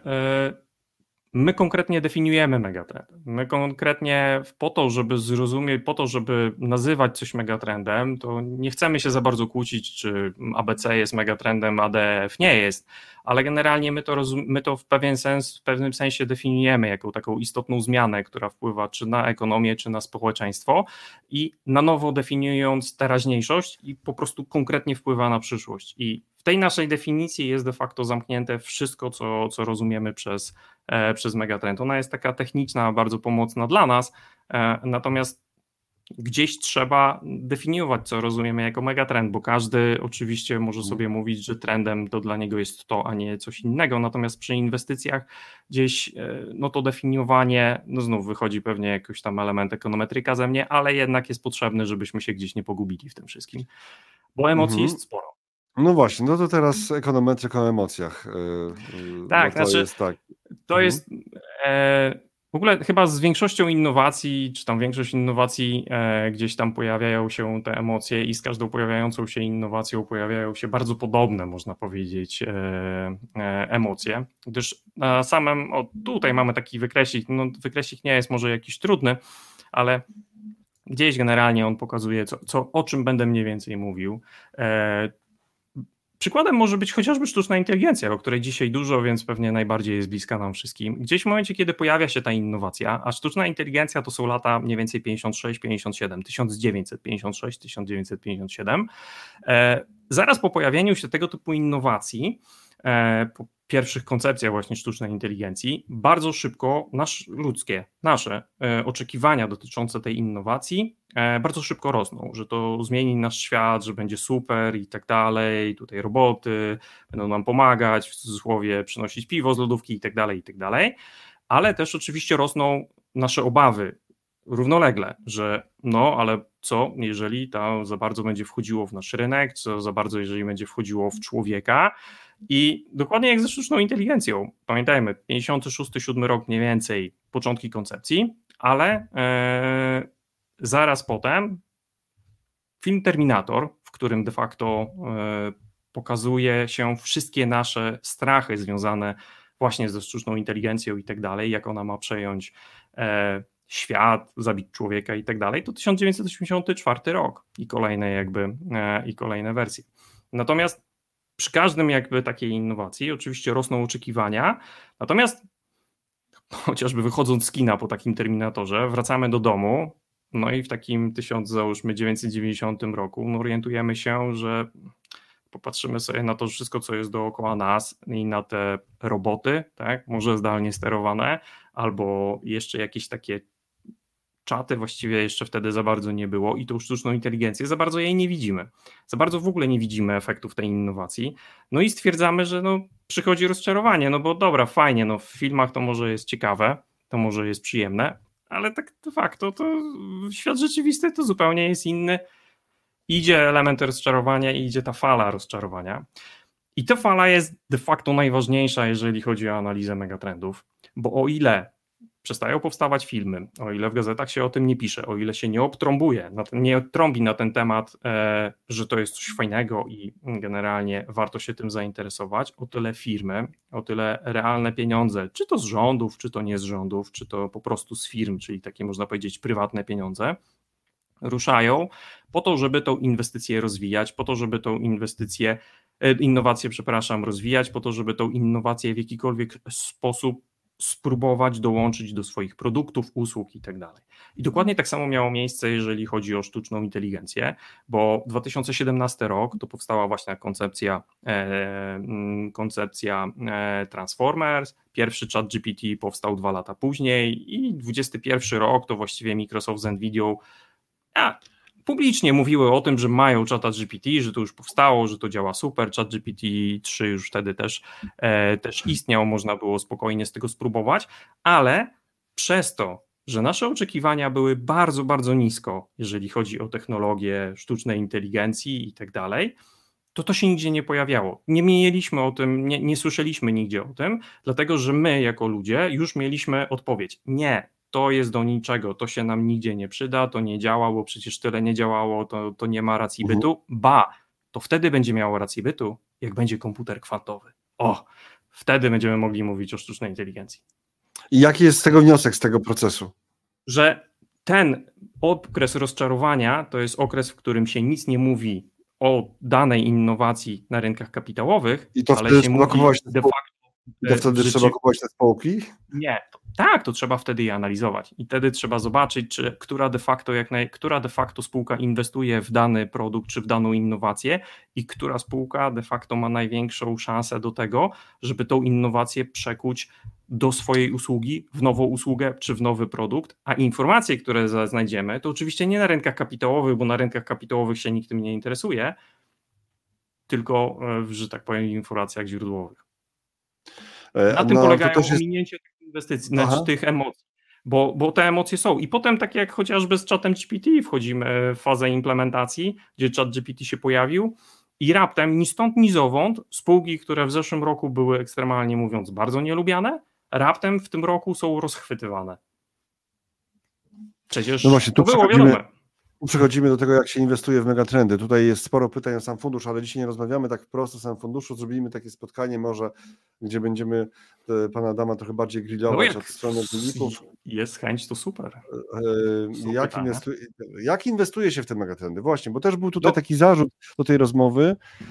my konkretnie definiujemy megatrend. My konkretnie po to, żeby zrozumieć, po to, żeby nazywać coś megatrendem, to nie chcemy się za bardzo kłócić, czy ABC jest megatrendem, ADF nie jest, ale generalnie my to w pewnym sensie definiujemy jako taką istotną zmianę, która wpływa czy na ekonomię, czy na społeczeństwo i na nowo definiując teraźniejszość i po prostu konkretnie wpływa na przyszłość. I w tej naszej definicji jest de facto zamknięte wszystko, co rozumiemy przez megatrend. Ona jest taka techniczna, bardzo pomocna dla nas, natomiast gdzieś trzeba definiować, co rozumiemy jako megatrend, bo każdy oczywiście może sobie mówić, że trendem to dla niego jest to, a nie coś innego, natomiast przy inwestycjach gdzieś to definiowanie, znów wychodzi pewnie jakiś tam element ekonometryka ze mnie, ale jednak jest potrzebny, żebyśmy się gdzieś nie pogubili w tym wszystkim. bo emocji jest sporo. No właśnie, no to teraz ekonometryka o emocjach. Tak, bo to znaczy jest tak. to jest w ogóle chyba z większością innowacji, czy tam większość innowacji gdzieś tam pojawiają się te emocje i z każdą pojawiającą się innowacją pojawiają się bardzo podobne, można powiedzieć, emocje, gdyż na samym, tutaj mamy taki wykresik, no wykresik nie jest może jakiś trudny, ale gdzieś generalnie on pokazuje, o czym będę mniej więcej mówił. Przykładem może być chociażby sztuczna inteligencja, o której dzisiaj dużo, więc pewnie najbardziej jest bliska nam wszystkim. Gdzieś w momencie, kiedy pojawia się ta innowacja, a sztuczna inteligencja to są lata mniej więcej 56-57, 1956-1957, zaraz po pojawieniu się tego typu innowacji, po pierwszych koncepcjach właśnie sztucznej inteligencji, bardzo szybko nasze oczekiwania dotyczące tej innowacji bardzo szybko rosną, że to zmieni nasz świat, że będzie super i tak dalej, tutaj roboty będą nam pomagać, w cudzysłowie przynosić piwo z lodówki i tak dalej, ale też oczywiście rosną nasze obawy równolegle, że no ale co, jeżeli to za bardzo będzie wchodziło w nasz rynek, co za bardzo, jeżeli będzie wchodziło w człowieka. I dokładnie jak ze sztuczną inteligencją. Pamiętajmy, 56-7 rok mniej więcej, początki koncepcji, ale zaraz potem film Terminator, w którym de facto pokazuje się wszystkie nasze strachy związane właśnie ze sztuczną inteligencją i tak dalej, jak ona ma przejąć świat, zabić człowieka i tak dalej, to 1984 rok i kolejne wersje. Natomiast przy każdym jakby takiej innowacji oczywiście rosną oczekiwania, natomiast chociażby wychodząc z kina po takim Terminatorze, wracamy do domu, no i w takim 1990 roku orientujemy się, że popatrzymy sobie na to wszystko, co jest dookoła nas i na te roboty, tak, może zdalnie sterowane, albo jeszcze jakieś takie czaty właściwie jeszcze wtedy za bardzo nie było i tą sztuczną inteligencję za bardzo jej nie widzimy. Za bardzo w ogóle nie widzimy efektów tej innowacji. No i stwierdzamy, że no przychodzi rozczarowanie, no bo dobra, fajnie, no w filmach to może jest ciekawe, to może jest przyjemne, ale tak de facto to świat rzeczywisty to zupełnie jest inny. Idzie element rozczarowania i idzie ta fala rozczarowania. I ta fala jest de facto najważniejsza, jeżeli chodzi o analizę megatrendów, bo o ile przestają powstawać filmy, o ile w gazetach się o tym nie pisze, o ile się nie obtrąbuje, nie trąbi na ten temat, że to jest coś fajnego i generalnie warto się tym zainteresować, o tyle firmy, o tyle realne pieniądze, czy to z rządów, czy to nie z rządów, czy to po prostu z firm, czyli takie można powiedzieć prywatne pieniądze, ruszają po to, żeby tą inwestycję rozwijać, po to, żeby tą innowację rozwijać, po to, żeby tą innowację w jakikolwiek sposób spróbować dołączyć do swoich produktów, usług i tak dalej. I dokładnie tak samo miało miejsce, jeżeli chodzi o sztuczną inteligencję, bo 2017 rok to powstała właśnie koncepcja Transformers, pierwszy ChatGPT powstał 2 lata później i 2021 rok to właściwie Microsoft z Nvidią publicznie mówiły o tym, że mają ChatGPT, że to już powstało, że to działa super, ChatGPT 3 już wtedy też istniał, można było spokojnie z tego spróbować, ale przez to, że nasze oczekiwania były bardzo, bardzo nisko, jeżeli chodzi o technologię sztucznej inteligencji i tak dalej, to się nigdzie nie pojawiało. Nie mieliśmy o tym, nie słyszeliśmy nigdzie o tym, dlatego że my jako ludzie już mieliśmy odpowiedź. Nie, to jest do niczego, to się nam nigdzie nie przyda, to nie działa, bo przecież tyle nie działało, to nie ma racji bytu. To wtedy będzie miało rację bytu, jak będzie komputer kwantowy. Wtedy będziemy mogli mówić o sztucznej inteligencji. I jaki jest z tego wniosek, z tego procesu? Że ten okres rozczarowania to jest okres, w którym się nic nie mówi o danej innowacji na rynkach kapitałowych, i to ale się mówi de facto. I to wtedy trzeba kupować te spółki? Nie, to trzeba wtedy je analizować i wtedy trzeba zobaczyć, która de facto spółka inwestuje w dany produkt czy w daną innowację i która spółka de facto ma największą szansę do tego, żeby tą innowację przekuć do swojej usługi, w nową usługę czy w nowy produkt, a informacje, które znajdziemy, to oczywiście nie na rynkach kapitałowych, bo na rynkach kapitałowych się nikt tym nie interesuje, tylko że tak powiem w informacjach źródłowych. Na tym polegają ominięcie tych inwestycji, tych emocji, bo te emocje są. I potem, tak jak chociażby z czatem GPT, wchodzimy w fazę implementacji, gdzie chat GPT się pojawił i raptem ni stąd, ni zowąd spółki, które w zeszłym roku były ekstremalnie mówiąc bardzo nielubiane, raptem w tym roku są rozchwytywane. Przecież No właśnie, to było wiadome. Przechodzimy do tego, jak się inwestuje w megatrendy. Tutaj jest sporo pytań o sam fundusz, ale dzisiaj nie rozmawiamy tak wprost o samym funduszu. Zrobimy takie spotkanie może, gdzie będziemy pana Adama trochę bardziej grillować od strony wyników. Jest chęć, to super. Jak inwestuje się w te megatrendy? Właśnie, bo też był tutaj taki zarzut do tej rozmowy.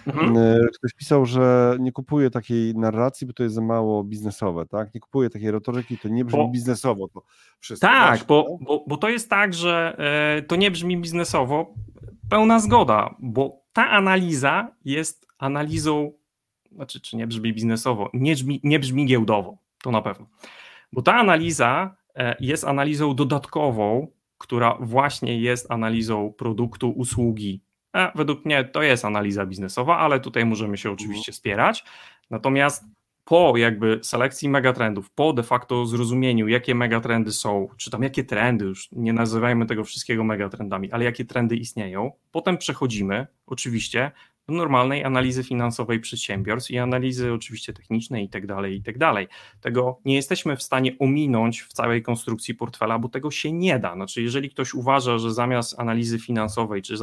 Ktoś pisał, że nie kupuje takiej narracji, bo to jest za mało biznesowe, tak? Nie kupuje takiej retoryki, to nie brzmi biznesowo to wszystko. Tak, bo to jest tak, że to nie brzmi biznesowo, pełna zgoda, bo ta analiza jest analizą, znaczy czy nie brzmi biznesowo, nie brzmi giełdowo, to na pewno, bo ta analiza jest analizą dodatkową, która właśnie jest analizą produktu, usługi. Według mnie to jest analiza biznesowa, ale tutaj możemy się oczywiście spierać, natomiast po jakby selekcji megatrendów, po de facto zrozumieniu, jakie megatrendy są, czy tam jakie trendy, już nie nazywajmy tego wszystkiego megatrendami, ale jakie trendy istnieją, potem przechodzimy oczywiście do normalnej analizy finansowej przedsiębiorstw i analizy oczywiście technicznej i tak dalej, i tak dalej. Tego nie jesteśmy w stanie ominąć w całej konstrukcji portfela, bo tego się nie da. Znaczy, jeżeli ktoś uważa, że zamiast analizy finansowej, czy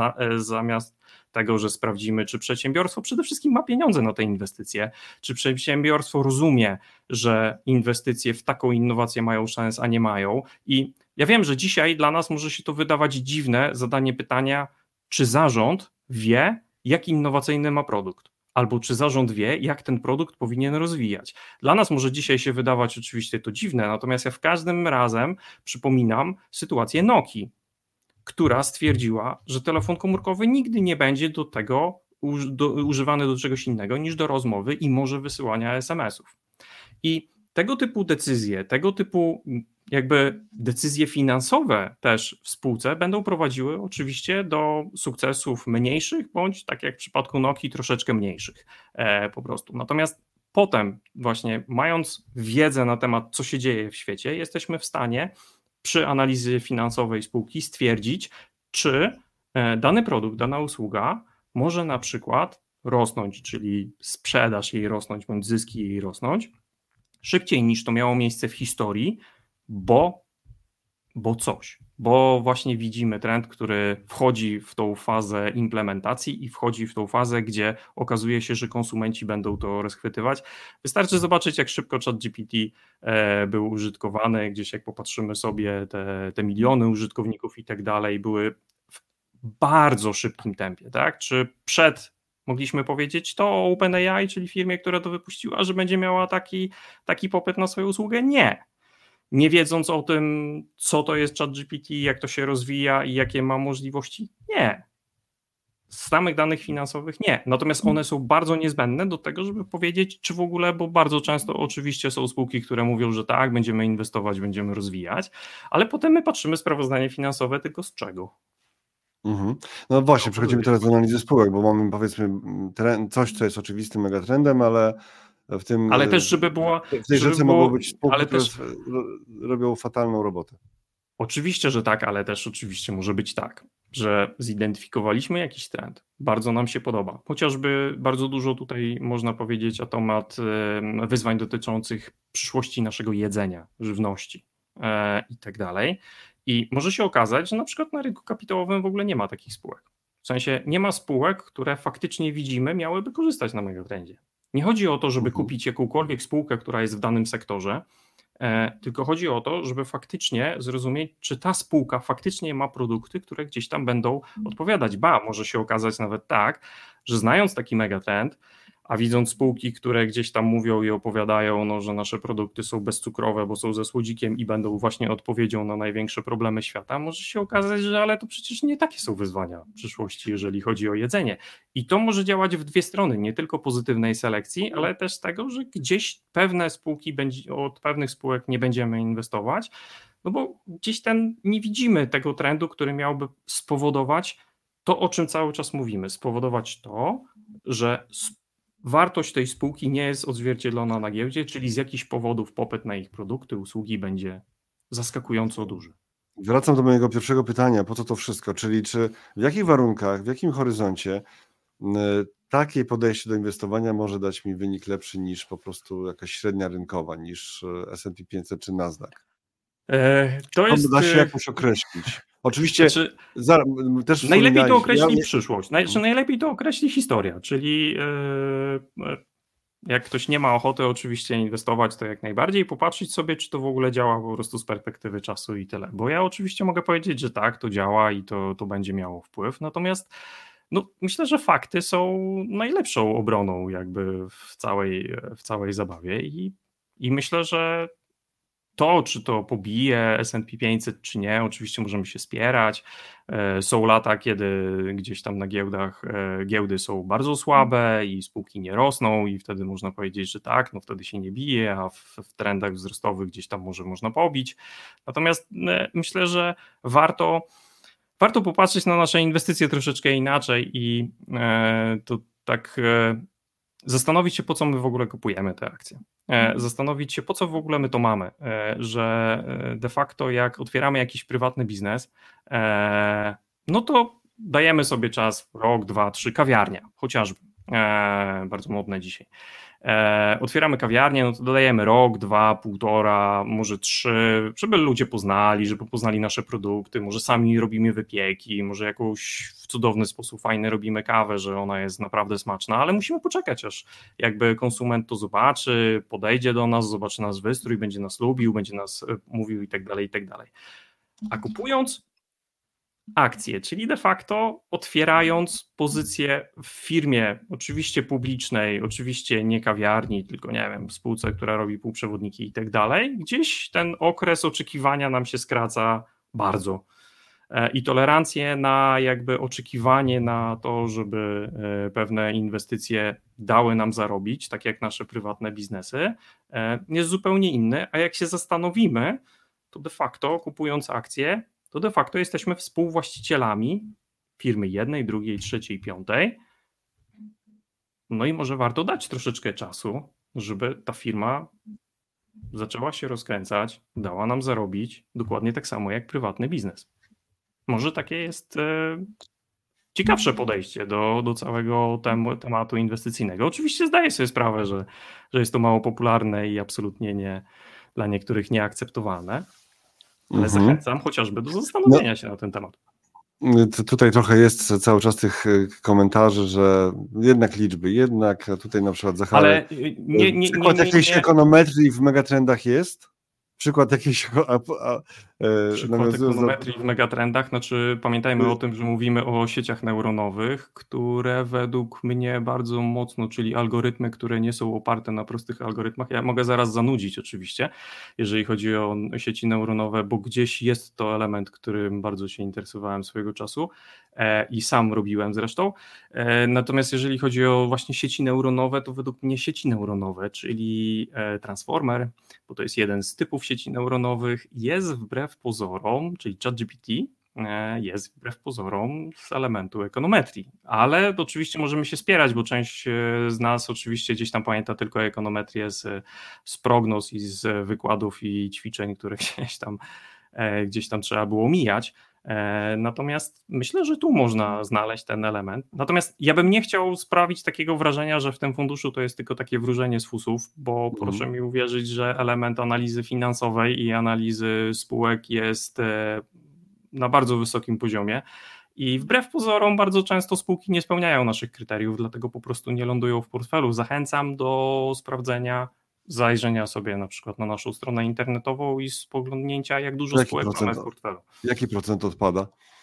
zamiast tego, że sprawdzimy, czy przedsiębiorstwo przede wszystkim ma pieniądze na te inwestycje, czy przedsiębiorstwo rozumie, że inwestycje w taką innowację mają sens, a nie mają. I ja wiem, że dzisiaj dla nas może się to wydawać dziwne zadanie pytania, czy zarząd wie, jaki innowacyjny ma produkt, albo czy zarząd wie, jak ten produkt powinien rozwijać. Dla nas może dzisiaj się wydawać oczywiście to dziwne, natomiast ja w każdym razem przypominam sytuację Nokii, która stwierdziła, że telefon komórkowy nigdy nie będzie do tego używany do czegoś innego niż do rozmowy i może wysyłania SMS-ów. I tego typu decyzje, tego typu jakby decyzje finansowe też w spółce będą prowadziły oczywiście do sukcesów mniejszych, bądź tak jak w przypadku Nokii troszeczkę mniejszych po prostu. Natomiast potem właśnie mając wiedzę na temat, co się dzieje w świecie, jesteśmy w stanie przy analizie finansowej spółki stwierdzić, czy dany produkt, dana usługa może na przykład rosnąć, czyli sprzedaż jej rosnąć, bądź zyski jej rosnąć szybciej niż to miało miejsce w historii, bo właśnie widzimy trend, który wchodzi w tą fazę implementacji i wchodzi w tą fazę, gdzie okazuje się, że konsumenci będą to rozchwytywać. Wystarczy zobaczyć, jak szybko ChatGPT był użytkowany, gdzieś jak popatrzymy sobie, te miliony użytkowników i tak dalej były w bardzo szybkim tempie, tak? Czy mogliśmy powiedzieć to o OpenAI, czyli firmie, która to wypuściła, że będzie miała taki popyt na swoją usługę? Nie wiedząc o tym, co to jest ChatGPT, jak to się rozwija i jakie ma możliwości? Nie. Z samych danych finansowych nie. Natomiast one są bardzo niezbędne do tego, żeby powiedzieć, czy w ogóle, bo bardzo często oczywiście są spółki, które mówią, że tak, będziemy inwestować, będziemy rozwijać, ale potem my patrzymy sprawozdanie finansowe, tylko z czego? No właśnie, przechodzimy teraz do analizy spółek, bo mamy powiedzmy coś, co jest oczywistym megatrendem, ale w tym. Ale też, żeby była. W tej rzece mogą być spółki, które robią fatalną robotę. Oczywiście, że tak, ale też oczywiście może być tak, że zidentyfikowaliśmy jakiś trend, bardzo nam się podoba. Chociażby bardzo dużo tutaj można powiedzieć na temat wyzwań dotyczących przyszłości naszego jedzenia, żywności i tak dalej. I może się okazać, że na przykład na rynku kapitałowym w ogóle nie ma takich spółek. W sensie nie ma spółek, które faktycznie widzimy, miałyby korzystać na megatrendzie. Nie chodzi o to, żeby kupić jakąkolwiek spółkę, która jest w danym sektorze, tylko chodzi o to, żeby faktycznie zrozumieć, czy ta spółka faktycznie ma produkty, które gdzieś tam będą odpowiadać. Może się okazać nawet tak, że znając taki megatrend, a widząc spółki, które gdzieś tam mówią i opowiadają, że nasze produkty są bezcukrowe, bo są ze słodzikiem i będą właśnie odpowiedzią na największe problemy świata, może się okazać, że ale to przecież nie takie są wyzwania w przyszłości, jeżeli chodzi o jedzenie. I to może działać w dwie strony, nie tylko pozytywnej selekcji, ale też tego, że gdzieś pewne spółki, od pewnych spółek nie będziemy inwestować, bo gdzieś nie widzimy tego trendu, który miałby spowodować to, o czym cały czas mówimy, spowodować to, że wartość tej spółki nie jest odzwierciedlona na giełdzie, czyli z jakichś powodów popyt na ich produkty, usługi będzie zaskakująco duży. Wracam do mojego pierwszego pytania, po co to wszystko, czyli w jakich warunkach, w jakim horyzoncie takie podejście do inwestowania może dać mi wynik lepszy niż po prostu jakaś średnia rynkowa, niż S&P 500 czy Nasdaq? To jest... da się jakoś określić. Oczywiście też najlepiej to określi przyszłość, najlepiej to określi historia, czyli jak ktoś nie ma ochoty oczywiście inwestować, to jak najbardziej popatrzeć sobie, czy to w ogóle działa po prostu z perspektywy czasu i tyle. Bo ja oczywiście mogę powiedzieć, że tak, to działa i to będzie miało wpływ, natomiast myślę, że fakty są najlepszą obroną jakby w całej zabawie i myślę, że to, czy to pobije S&P 500, czy nie, oczywiście możemy się spierać. Są lata, kiedy gdzieś tam na giełdach giełdy są bardzo słabe i spółki nie rosną i wtedy można powiedzieć, że tak, wtedy się nie bije, a w trendach wzrostowych gdzieś tam można pobić. Natomiast myślę, że warto popatrzeć na nasze inwestycje troszeczkę inaczej i to tak zastanowić się, po co my w ogóle kupujemy te akcje. Zastanowić się, po co w ogóle my to mamy, że de facto jak otwieramy jakiś prywatny biznes, to dajemy sobie czas, rok, 2, 3, kawiarnia chociażby, bardzo modne dzisiaj. Otwieramy kawiarnię, to dodajemy rok, 2, 1,5, może 3, żeby ludzie poznali, żeby poznali nasze produkty, może sami robimy wypieki, może jakoś w cudowny sposób fajny robimy kawę, że ona jest naprawdę smaczna, ale musimy poczekać, aż jakby konsument to zobaczy, podejdzie do nas, zobaczy nas wystrój, będzie nas lubił, będzie nas mówił i tak dalej, i tak dalej. A kupując akcje, czyli de facto otwierając pozycję w firmie, oczywiście publicznej, oczywiście nie kawiarni, tylko nie wiem, spółce, która robi półprzewodniki i tak dalej, gdzieś ten okres oczekiwania nam się skraca bardzo. I tolerancję na jakby oczekiwanie na to, żeby pewne inwestycje dały nam zarobić, tak jak nasze prywatne biznesy, jest zupełnie inny, a jak się zastanowimy, to de facto kupując akcje, to de facto jesteśmy współwłaścicielami firmy jednej, drugiej, trzeciej, piątej. I może warto dać troszeczkę czasu, żeby ta firma zaczęła się rozkręcać, dała nam zarobić, dokładnie tak samo jak prywatny biznes. Może takie jest ciekawsze podejście do całego tematu inwestycyjnego. Oczywiście zdaję sobie sprawę, że jest to mało popularne i absolutnie nie dla niektórych nieakceptowalne. Ale zachęcam chociażby do zastanowienia się na ten temat. Tutaj trochę jest cały czas tych komentarzy, że jednak liczby, jednak tutaj na przykład Zachary. Ale przykład jakiejś ekonometrii w megatrendach jest? Przykład jakiejś... Przykład ekonometrii w megatrendach, pamiętajmy o tym, że mówimy o sieciach neuronowych, które według mnie bardzo mocno, czyli algorytmy, które nie są oparte na prostych algorytmach. Ja mogę zaraz zanudzić oczywiście, jeżeli chodzi o sieci neuronowe, bo gdzieś jest to element, którym bardzo się interesowałem swojego czasu i sam robiłem zresztą. Natomiast jeżeli chodzi o właśnie sieci neuronowe, to według mnie sieci neuronowe, czyli transformer, bo to jest jeden z typów sieci neuronowych, jest wbrew pozorom, czyli ChatGPT jest wbrew pozorom z elementu ekonometrii, ale oczywiście możemy się spierać, bo część z nas oczywiście gdzieś tam pamięta tylko ekonometrię z prognoz i z wykładów i ćwiczeń, które gdzieś tam trzeba było mijać. Natomiast myślę, że tu można znaleźć ten element. Natomiast ja bym nie chciał sprawić takiego wrażenia, że w tym funduszu to jest tylko takie wróżenie z fusów, bo proszę mi uwierzyć, że element analizy finansowej i analizy spółek jest na bardzo wysokim poziomie i wbrew pozorom bardzo często spółki nie spełniają naszych kryteriów, dlatego po prostu nie lądują w portfelu. Zachęcam do sprawdzenia, zajrzenia sobie na przykład na naszą stronę internetową i spoglądnięcia, jak dużo spółek mamy w portfelu. Jaki procent odpada?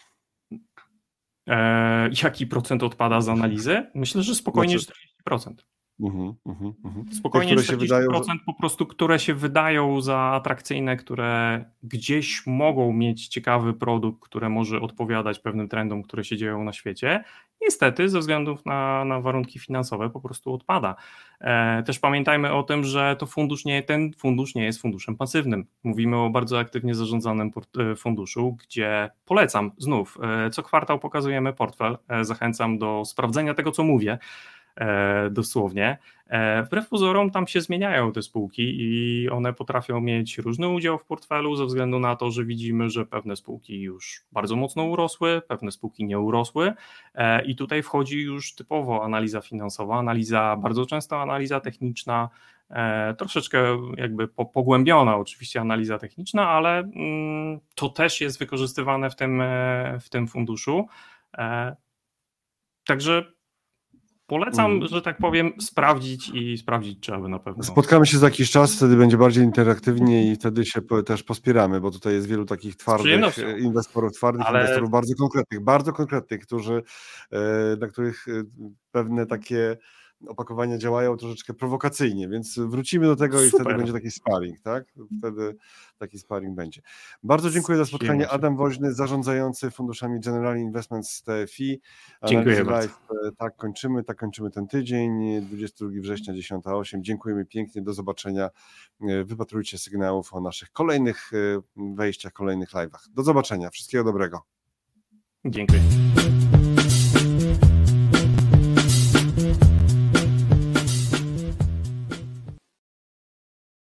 Jaki procent odpada z analizy? Myślę, że spokojnie 40%. Spokojnie 40% po prostu, które się wydają za atrakcyjne, które gdzieś mogą mieć ciekawy produkt, które może odpowiadać pewnym trendom, które się dzieją na świecie. Niestety ze względów na warunki finansowe po prostu odpada. Też pamiętajmy o tym, że ten fundusz nie jest funduszem pasywnym. Mówimy o bardzo aktywnie zarządzanym funduszu, gdzie polecam znów, co kwartał pokazujemy portfel. Zachęcam do sprawdzenia tego, co mówię, dosłownie. Wbrew pozorom tam się zmieniają te spółki i one potrafią mieć różny udział w portfelu ze względu na to, że widzimy, że pewne spółki już bardzo mocno urosły, pewne spółki nie urosły i tutaj wchodzi już typowo analiza finansowa, bardzo często analiza techniczna, troszeczkę jakby pogłębiona oczywiście analiza techniczna, ale to też jest wykorzystywane w tym funduszu. Także polecam, że tak powiem, sprawdzić, czy aby na pewno. Spotkamy się za jakiś czas, wtedy będzie bardziej interaktywnie i wtedy się też pospieramy, bo tutaj jest wielu takich twardych inwestorów, inwestorów bardzo konkretnych, dla których pewne takie opakowania działają troszeczkę prowokacyjnie, więc wrócimy do tego i wtedy będzie taki sparring, tak? Wtedy taki sparring będzie. Bardzo dziękuję za spotkanie. Adam Woźny, zarządzający funduszami General Investments TFI. Dziękuję bardzo. Tak kończymy ten tydzień, 22 września, 10:08. Dziękujemy pięknie, do zobaczenia. Wypatrujcie sygnałów o naszych kolejnych wejściach, kolejnych live'ach. Do zobaczenia, wszystkiego dobrego. Dziękuję.